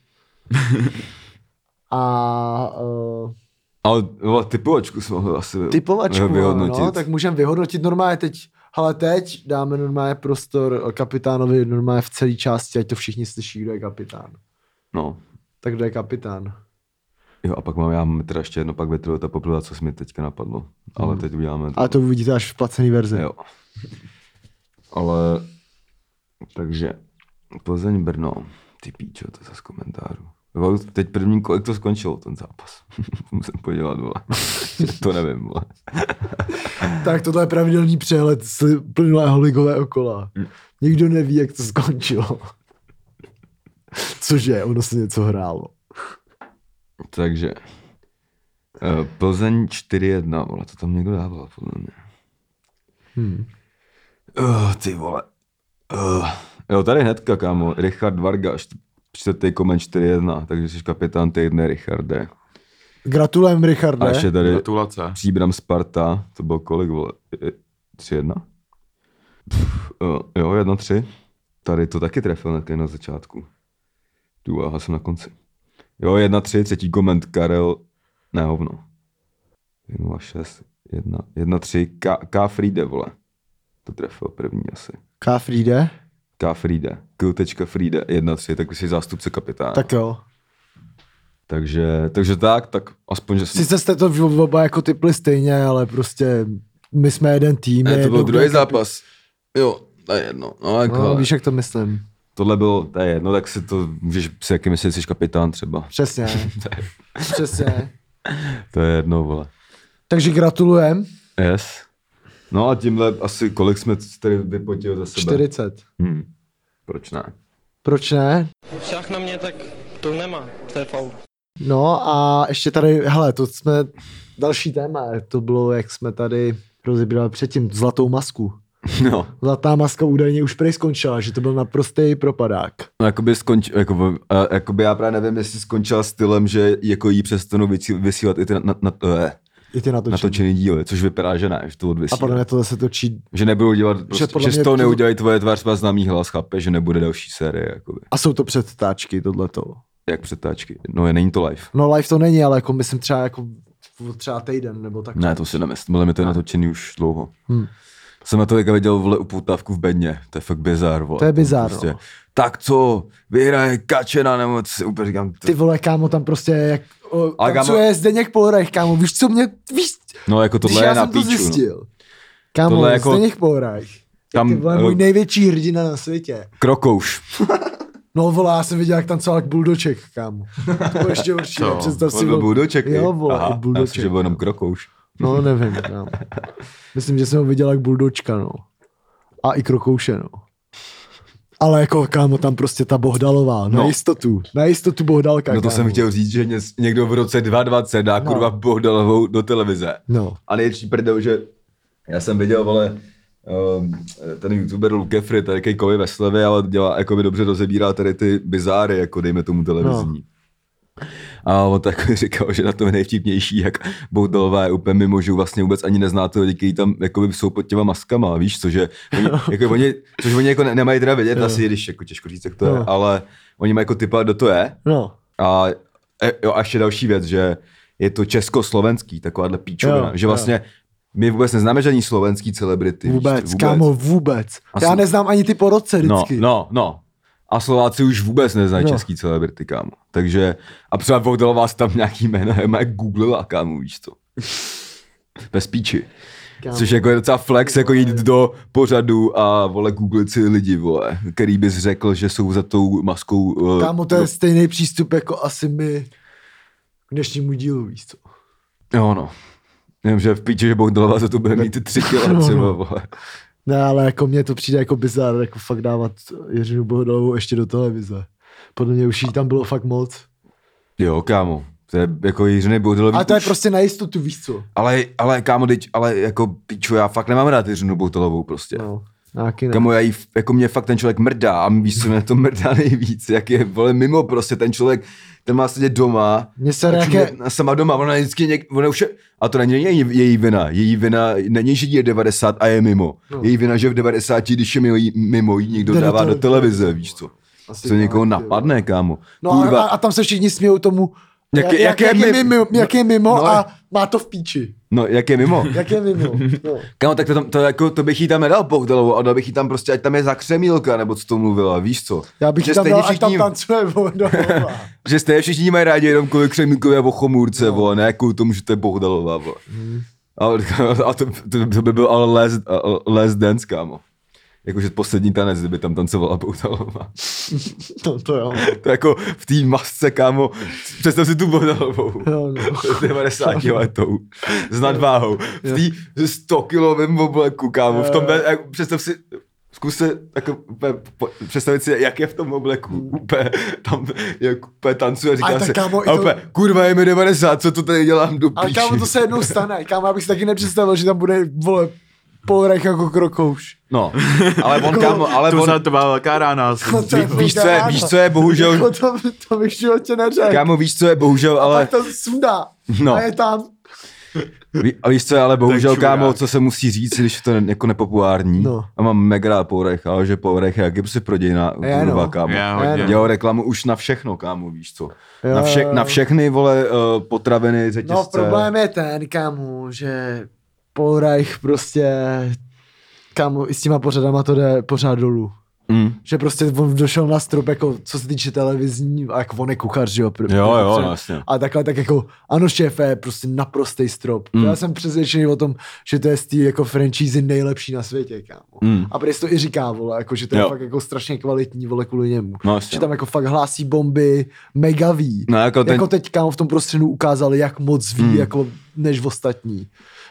Ale typovačku jsme mohli asi vyhodnotit. No, tak můžeme vyhodnotit normálně teď. Ale teď dáme normálně prostor kapitánovi normálně v celé části, ať to všichni slyší, kdo je kapitán. No. Tak kdo je kapitán? Jo, a pak mám teda ještě jedno, pak větru ta poprvé, co se mi teďka napadlo. Ale teď uděláme... Ale to uvidíte až v placený verzi. Jo. Ale... Takže... Plzeň, Brno. Ty píčo, to je z komentářů. Teď první kolik to skončilo, ten zápas. Musím podívat, vole. To nevím, vole. Tak tohle je pravidelný přehled z plynulého ligového kola. Nikdo neví, jak to skončilo. Cože, ono se něco hrálo. Takže Plzeň 4-1, vole, to tam někdo dával, podle mě. Ty vole. Jo, tady hnedka, kámo, Richard Vargas, 4. koment 4-1, takže jsi kapitán týdne, Richarde. Gratulujem, Richarde. A ještě tady Gratulace. Příbram Sparta, to byl kolik, vole, 3-1? Jo, 1-3. Tady to taky trefil hnedka na začátku. Já jsem na konci. Jo, 1-3, třetí koment, Karel, ne, hovno. 1-6, 1-3, K. Friede, vole. To trefil první asi. K. Friede? K. Friede, K.Friede, 1-3, tak jsi zástupce kapitána. Tak jo. Takže tak aspoň, že jsme... Sice jste to oba jako typli stejně, ale prostě my jsme jeden tým. Ne, to byl druhý zápas. Jo, to je jedno. No, víš, jak to myslím. Tohle bylo, to je jedno, tak si to můžeš si jaký myslet, jsi kapitán třeba. Přesně. Přesně. To je jedno, vole. Takže gratulujem. Yes. No a tímhle asi kolik jsme tady vypotili za sebe? 40. Proč ne? Proč ne? Však na mě, tak to nemá, to je faul. No a ještě tady, hele, to jsme, další téma, to bylo, jak jsme tady rozebírali předtím, zlatou masku. No. Zlatá maska údajně už prej skončila, že to byl naprostý propadák. No jakoby já právě nevím, jestli skončila stylem, že jako jí přestanou vysílat i ty natočený díly, což vypadá, že ne, že to odvysílá. A podle mě to se točí. Že nebudou dělat, prostě, že z toho neudělají tvoje tvář má známý hlas, chápe, že nebude další série. Jakoby. A jsou to předtáčky, tohleto. Jak předtáčky? No, není to live. No live to není, ale jako myslím třeba týden nebo tak. Ne, to si nemyslím, ale mi to je natočený už dlouho. Jsem na to teďka viděl, vole, upoutávku v bedně, to je fakt bizár, vole. To je bizár, prostě, no. Tak co, vyhraje Kačena, nebo si úplně říkám. Ty vole, kámo, tam prostě jak, tam co je Zdeněk Polorech, kámo, víš co mě, víš. No jako tohle je na píču. Já jsem to zjistil. No. Kámo, jako, Zdeněk Polorech. Tam, ty vole, můj největší hrdina na světě. Krokouš. No vole, já jsem viděl, jak tancoval Buldoček, kámo. To byl ještě určitě, představ si. Buldoček, jo, vole, aha, Buldoček. Já že byl jenom Krokouš. No, nevím, kámo. Myslím, že jsem ho viděl jak Buldočka, no. A i Krokouše, no. Ale jako, kámo, tam prostě ta Bohdalová, na jistotu Bohdalka, No to kámo. jsem chtěl říct, že někdo v roce 2020 dá kurva Bohdalovou do televize. No. A největší prdel, že já jsem viděl, vole, ten youtuber Luke Fry, tady Kejkovi ve Slevě, ale dělá, jakoby dobře rozebírá tady ty bizáry, jako dejme tomu televizní. No. A on tak říkal, že na tom je nejvtipnější, jak Bohdalová je úplně mimo, že vlastně vůbec ani nezná ty lidi, kteří tam jakoby jsou pod těma maskama, víš co, že což oni jako nemají teda vědět, asi když jako těžko říct, jak to je, ale oni mají jako typovat, kdo to je. No. A ještě další věc, že je to československý, takováhle píčovina, že vlastně my vůbec neznáme žádný slovenský celebrity. Vůbec, kámo, vůbec. Já neznám ani ty po roce vždycky. No. A Slováci už vůbec neznají český celebrity, kámo. Takže, a třeba Bohdalová tam nějaký jméno, jak googlila, kámo, víš co. Bez píči. Kámo. Což jako je docela flex, jako jít do pořadu a vole googlit si lidi, vole, který bys řekl, že jsou za tou maskou. Kámo, to je stejný přístup jako asi my k dnešnímu dílu, víš co. Jo, no. Nevím, že v píči, že Bohdalová za to bude mít 3 kila třeba, vole. Ne, ale jako mně to přijde jako bizár, jako fakt dávat Jiřinu Bohdalovou ještě do televize. Podle mě už jí tam bylo fakt moc. Jo, kámo. To je jako Jiřiny Bohdalový. Ale to je prostě na jistotu, víš co. Ale kámo, ale jako píču, já fakt nemám rád Jiřinu Bohdalovou prostě. No, nějaký ne. Kámo, jako mě fakt ten člověk mrdá a víš, co mě to mrdá nejvíc, jak je, vole, mimo prostě ten člověk, ten má sedět doma, sama doma, ona vždycky ona už je, a to není její vina není, že je 90 a je mimo. No. Její vina, že v 90, když je mimo, jí někdo dává do televize, víš co. Co někoho napadne, kámo. No a tam se všichni smějou tomu, jak je mimo no, a má to v píči. No, jak je mimo. No. Kámo, tak to bych jí tam nedal Bohdalovou, a dal bych jí tam prostě, ať tam je Zakřemílka, nebo co to mluvila, víš co. Já bych jí tam dal, ať tam tancuje Bohdalová. Že stejně všichni mají rádi jenom kvůli Křemílkovi a Bochomůrce, no. Ne kvůli tomu, že to je Bohdalová, A to by byl ale last dance, kámo. jakože poslední tanec, kdyby tam tancovala Bohdalová. To jo. To jako v té masce, kámo, představ si tu Bohdalovou. Jo, no. 90 letou, s nadváhou, v té 100 kilovém obleku, kámo, v tom, představ si, zkus se jako představit si, jak je v tom obleku, úplně tam úplně tancuje a říká se, kámo, a úplně, kurva, je mi 90, co to tady dělám do píči. Ale kámo, to se jednou stane, kámo, abych si taky nepředstavil, že tam bude, vole, Paul Reich jako Krokouš. No, ale on, kámo, ale on... To byla velká rána. Víš, co je bohužel... Jako to bych v životě neřekl. Kámo, víš, co je bohužel, ale... A pak to sundá. No. A je tam. A víš co je, ale bohužel, kámo, co se musí říct, když to je jako nepopulární. No. A mám mega rád Paul Reich, ale že Paul Reich je jaký prostě prodějná kurva, kámo. Dělal reklamu už na všechno, kámo, víš co. Na všechny, vole, potraviny, řetězce. No, problém je ten, kámo, že Paul Reich prostě, kámo, i s těma pořadama to jde pořád dolů. Že prostě on došel na strop, jako co se týče televizní, a jako on je kuchař, že jo. Jo, jasně. A takhle tak jako, ano šéfe, je prostě naprostej strop. Já jsem přesvědčený o tom, že to je z té jako franchise nejlepší na světě, kámo. A protože to i říká, vole, jako, že to je fakt jako strašně kvalitní, vole, kvůli němu. No, že tam jako fakt hlásí bomby, mega ví. No, jako teď, kámo, v tom prostředu ukázali, jak moc ví, jako než v ostatní.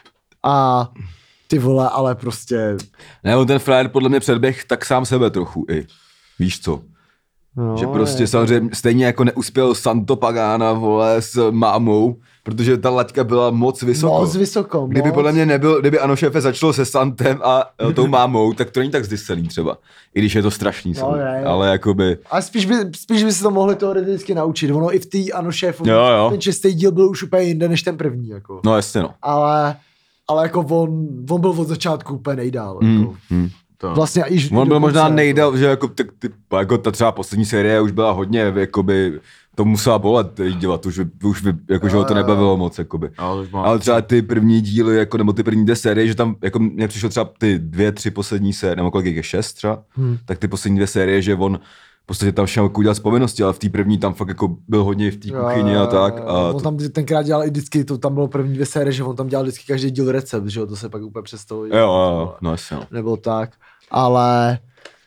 A ty vole, ale prostě... Ne, on ten frajer podle mě předběh tak sám sebe trochu i. Víš co? No, že prostě samozřejmě stejně jako neuspěl Santo Pagana, vole, s mámou, protože ta laťka byla moc vysoko. Moc vysoko, Kdyby podle mě nebyl, kdyby ano šéfe začalo se Santem a tou mámou, tak to není tak zdyselný třeba. I když je to strašný, ale jakoby... A spíš by se to mohli teoreticky naučit. Ono i v té ano šéfu, ten šestý díl byl už úplně jinde než ten první. Jako. No jasně no. Ale jako on byl od začátku úplně nejdál. Jako. Vlastně on byl možná nejdál, že jako ta třeba poslední série už byla hodně, jakoby, to musela bolet dělat, už jako, že ho to nebavilo moc, jakoby. Ale třeba ty první díly, jako, nebo ty první 10 série, že tam, jako mně přišlo třeba ty 2-3 poslední série, nebo kolik je 6 třeba, tak ty poslední 2 série, že on v podstatě tam šel udělat z povinnosti, ale v té první tam fakt jako byl hodně v té kuchyni a tak. A on tam tenkrát dělal i vždycky, to tam bylo první 2 série, že on tam dělal vždycky každý díl recept, že jo, to se pak úplně přestalo. Jo, no jasně. No. Nebo tak, ale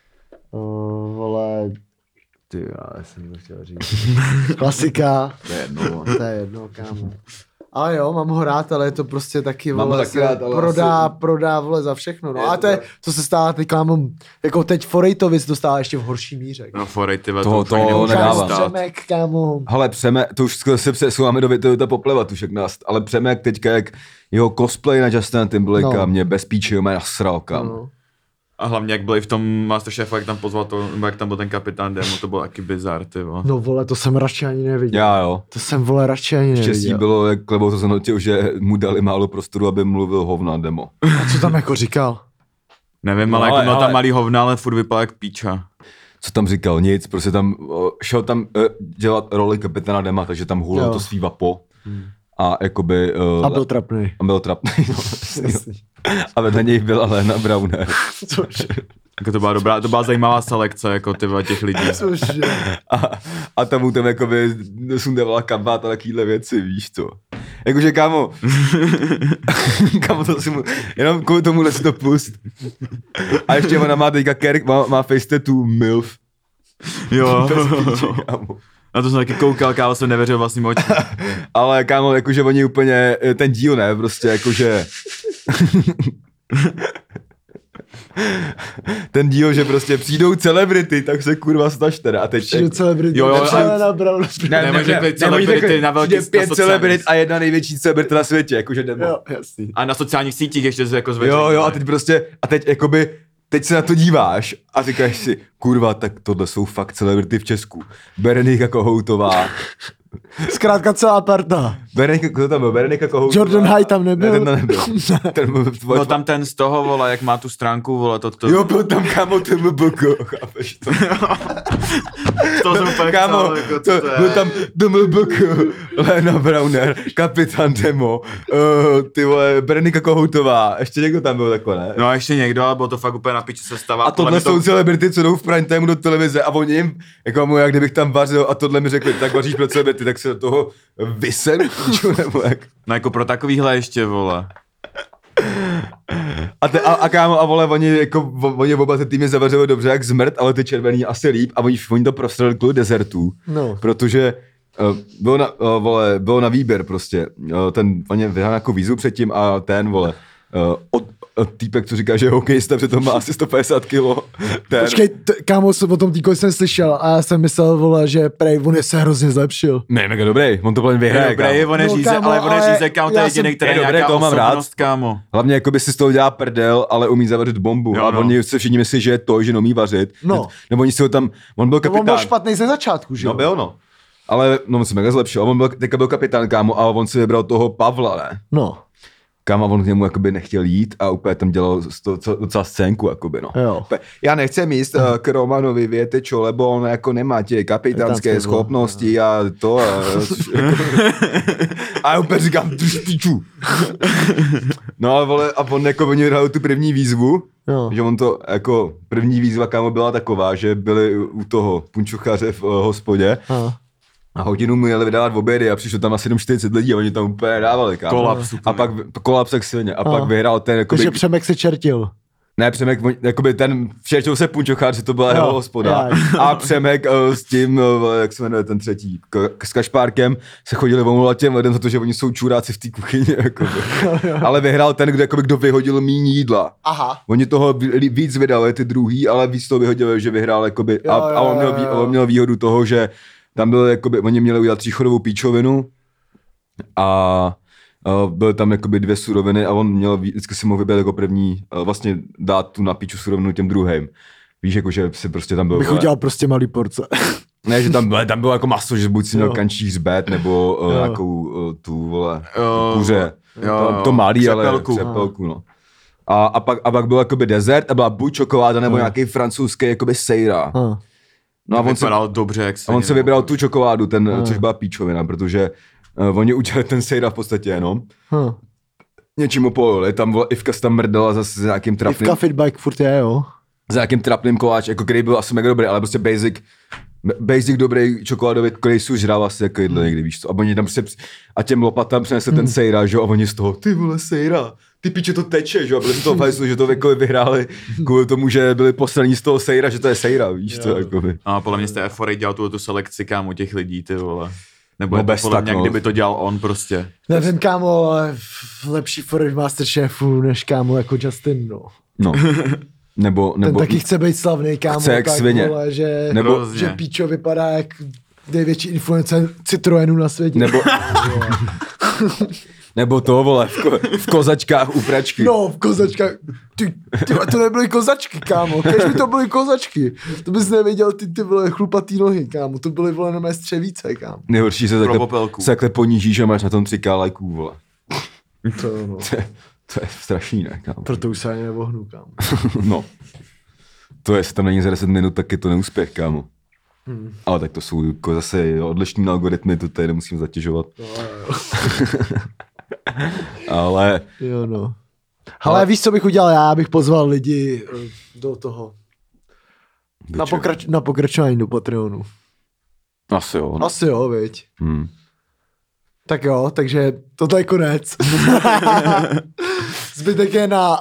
vole, já jsem to chtěl říct. Klasika. To je jedno, kámo. Ale jo, mám ho rád, ale je to prostě taky, vole, prodá, vole, za všechno, no. A to je, co se stává teď, kámo, jako teď Forejtovi se to stává ještě v horší míře. No Forejtovi to nedává. Přemek, kámo. Hele, Přemek, to už se přesouváme do Vytojota Popleva, však nás, ale Přemek teďka, jak jeho cosplay na Justina Timberlakea mě bez píči mě nasral, kámo. No. A hlavně jak byli v tom Masterchefu, jak tam pozval to, nebo jak tam byl ten kapitán Demo, to bylo taky bizar, ty vole. No vole, to jsem radši ani neviděl. Já jo. To jsem, vole, radši ani neviděl. Štěstí bylo, jak Klebo to zanotil, že mu dali málo prostoru, aby mluvil hovna Demo. A co tam jako říkal? Nevím, ale jako tam malý hovna, ale furt vypadal jak píča. Co tam říkal? Nic, prostě tam šel tam dělat roli kapitána Dema, takže tam hulil to svý vapo. A jakoby... a byl trapný. A byl trapný, no. A vedle něj byla Lena Browner. Což? Jako to byla zajímavá selekce, jako těch lidí. Což? A tam mu tam jakoby sundavala kabát a takovýhle věci, víš co. Jakože kámo, to si mu, jenom kvůli tomuhle si to pust. A ještě ona má teďka má face tattoo MILF. Jo. Píči, kámo. Na to jsem taky koukal, kámo, jsem nevěřil vlastním očím. Ale kámo, jakože oni úplně, ten díl ne, prostě jakože... ten díl, že prostě přijdou celebrity, tak se kurva snažte. A teď přijdou celebrity, celebrity na velký 5 celebrit a jedna největší celebrita na světě, jakože Demo. Jo, jasný. A na sociálních sítích ještě se jako zveřejní. Jo, a teď prostě, teď se na to díváš a říkáš si, kurva, tak tohle jsou fakt celebrity v Česku. Berenika Kohoutová. Zkrátka celá parta. Kdo tam byl? Berenika Kohoutová. Jordan High tam nebyl. Ne, ten nebyl. No tam ten z toho, vole, jak má tu stránku, vole, to. Jo, byl tam, kámo, ten MBK, chápeš to? To jsem úplně kámo, jako, byl tam MBK, Lena Browner, kapitán Demo, ty vole, Berenika Kohoutová, ještě někdo tam byl takhle, ne? No a ještě někdo, ale bylo to fakt úplně na piči sestava. A tohle jsou celebrity, co jdou v prime timeu do televize a oni jim, jako jak kdybych tam vařil a tohle mi řekli, tak vaříš pro celebrity, tak se do toho vyseru, nebo jak? No jako pro takovýhle ještě, vole. A kámo, a vole, oni oba ty týmy zavařili dobře jak zmrt, ale ty červený asi líp a oni to prostřelili kvůli dezertu, protože bylo na výběr prostě. Oni vyhrál jako výzvu předtím a ten, vole, týpek, co říká, že je hokejista, přitom má asi 150 kilo. Počkej, kámo, o tom týko jsem slyšel a já jsem myslel, vole, že prej, on se hrozně zlepšil. Ne, mega dobrý, on to plně vyhraje, dobrý, on je říze, kámo, to je jediný, který je nějaká osobnost, kámo. Hlavně jako by si z toho dělá prdel, ale umí zavařit bombu. A oni se všichni myslí, že je to, že umí vařit. No. Nebo oni si ho tam, on byl kapitán. On byl špatný ze začátku, že jo? No byl, no. Ale on se mega zlepšil. On byl kapitán, kámo, a on si vybral toho Pavla, ne? No. Kámo, on k němu jakoby nechtěl jít a úplně tam dělal docela scénku, jakoby, no. Jo. Já nechci jíst k Romanovi, víte čo, lebo on jako nemá tě kapitánské schopnosti a to a úplně říkám, tyču. No ale vole, a on jako oni hrál tu první výzvu, že on to jako první výzva, kámo, byla taková, že byli u toho punčuchaře v hospodě. A hodinu mu jeli vydávat obědy a přišlo tam asi 40 lidí a oni tam úplně dávali, kámo. Kolaps. A pak kolaps tak silně. A pak vyhrál ten jakoby... Takže Přemek se čertil. Ne, Přemek, jakoby ten včerčil se punčochář, že to byla jeho hospoda. A Přemek s tím, jak se jmenuje ten třetí, s Kašpárkem se chodili omlouvat těm lidem za to, že oni jsou čuráci v té kuchyni. Ale vyhrál ten, kdo vyhodil míň jídla. Aha. Oni toho víc vydali, ty druhý, ale víc toho vyhodili, že vyhrál jakoby, a on měl výhodu toho, že tam bylo jakoby, oni měli udělat 3chodovou píčovinu a byly tam jakoby 2 suroviny a on měl, vždycky si mohl vybrat jako první, vlastně dát tu na píču surovinu těm druhým. Víš, jako, že si prostě tam byl... Bych udělal prostě malý porce. Ne, že tam bylo jako maso, že buď si měl kančí hřbet, nebo nějakou tu, vole, kuře. To malý, ale křepelku, no. A pak byl jakoby dezert a byla buď čokoláda, nebo nějaký francouzský jakoby sejra. No a on se vybral tu čokoládu, což byla píčovina, protože oni udělali ten sejra v podstatě jenom. Něčím opojili, tam byla Ivka tam mrdala zase s nějakým trapným... Ivka feedback furt je, jo. S nějakým trapným koláč, jako který byl asi mega dobrý, ale prostě basic dobrý čokoládový, který si už žral asi jako jedle někdy, víš co. A oni tam a těm lopatám přinesli ten sejra, že jo, a oni z toho, ty vole, sejra. Ty piče, to teče, že jo, a byli z toho fajslu, že to jako vyhráli kvůli tomu, že byli posraní z toho sejra, že to je sejra, víš co, jakoby. A podle mě jste F4 dělal tu selekci, kámo, těch lidí, ty vole. Nebo no bez tak, kdyby to dělal on prostě. Nevím, kámo, ale lepší for v Masterchefu, než kámo jako Justin, no. No. Nebo ten taky chce být slavný, kámo, chce jak tak svině. Vole, že Píčo vypadá jak největší influencer Citroenu na světě. Nebo to, vole, v kozačkách u pračky. No, v kozačkách. Ty to nebyly kozačky, kámo. Kež by to byly kozačky. To bys nevěděl ty vole chlupatý nohy, kámo. To byly vole na mé střevíce, kámo. Nejhorší se takhle ponížíš a máš na tom 3K lajků, vole. To je strašný, ne, kámo. Proto už se ani nevohnu, kámo. No. To jestli tam není za 10 minut, tak je to neúspěch, kámo. Ale tak to jsou jako zase odlišní algoritmy, to tady nemusím zatěžovat. Ale... Jo, no. Ale víš, co bych udělal já? Bych pozval lidi do toho. Na pokračování do Patreonu. Asi jo. No. Asi jo, viď. Tak jo, takže tohle je konec. Zbytek je na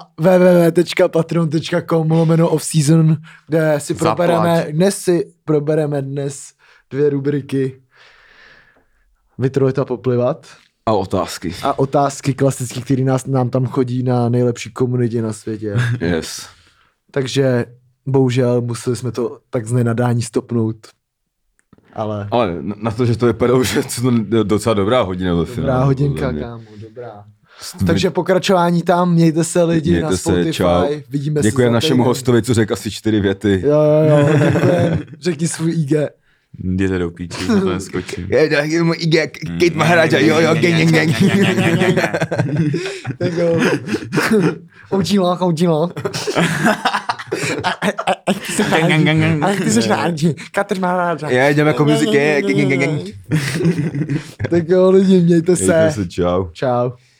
www.patreon.com/offseason, kde si probereme dnes 2 rubriky Vytrojit a poplivat. A otázky. A otázky klasické, které nám tam chodí na nejlepší komunitě na světě. Yes. Takže bohužel museli jsme to tak z nenadání stopnout. Ale na to, že to vypadalo, že to je docela dobrá hodina do finále. Dobrá hodinka, kámo, dobrá. Takže pokračování tam, mějte se lidi, mějte na Spotify, čau. Vidíme děkujeme našemu hostovi, co řekl asi 4 věty. Jo, děkujeme, řekni svůj IG. Jděte do píči, to neskočím. Je můj IG, Kate Maharaja, jo, gang. Tak jo. Oučílák. Ty jsi rádi. Katr Maharaja. Já jdem jako muziky, gang. Tak jo, lidi, mějte se. Čau. Čau.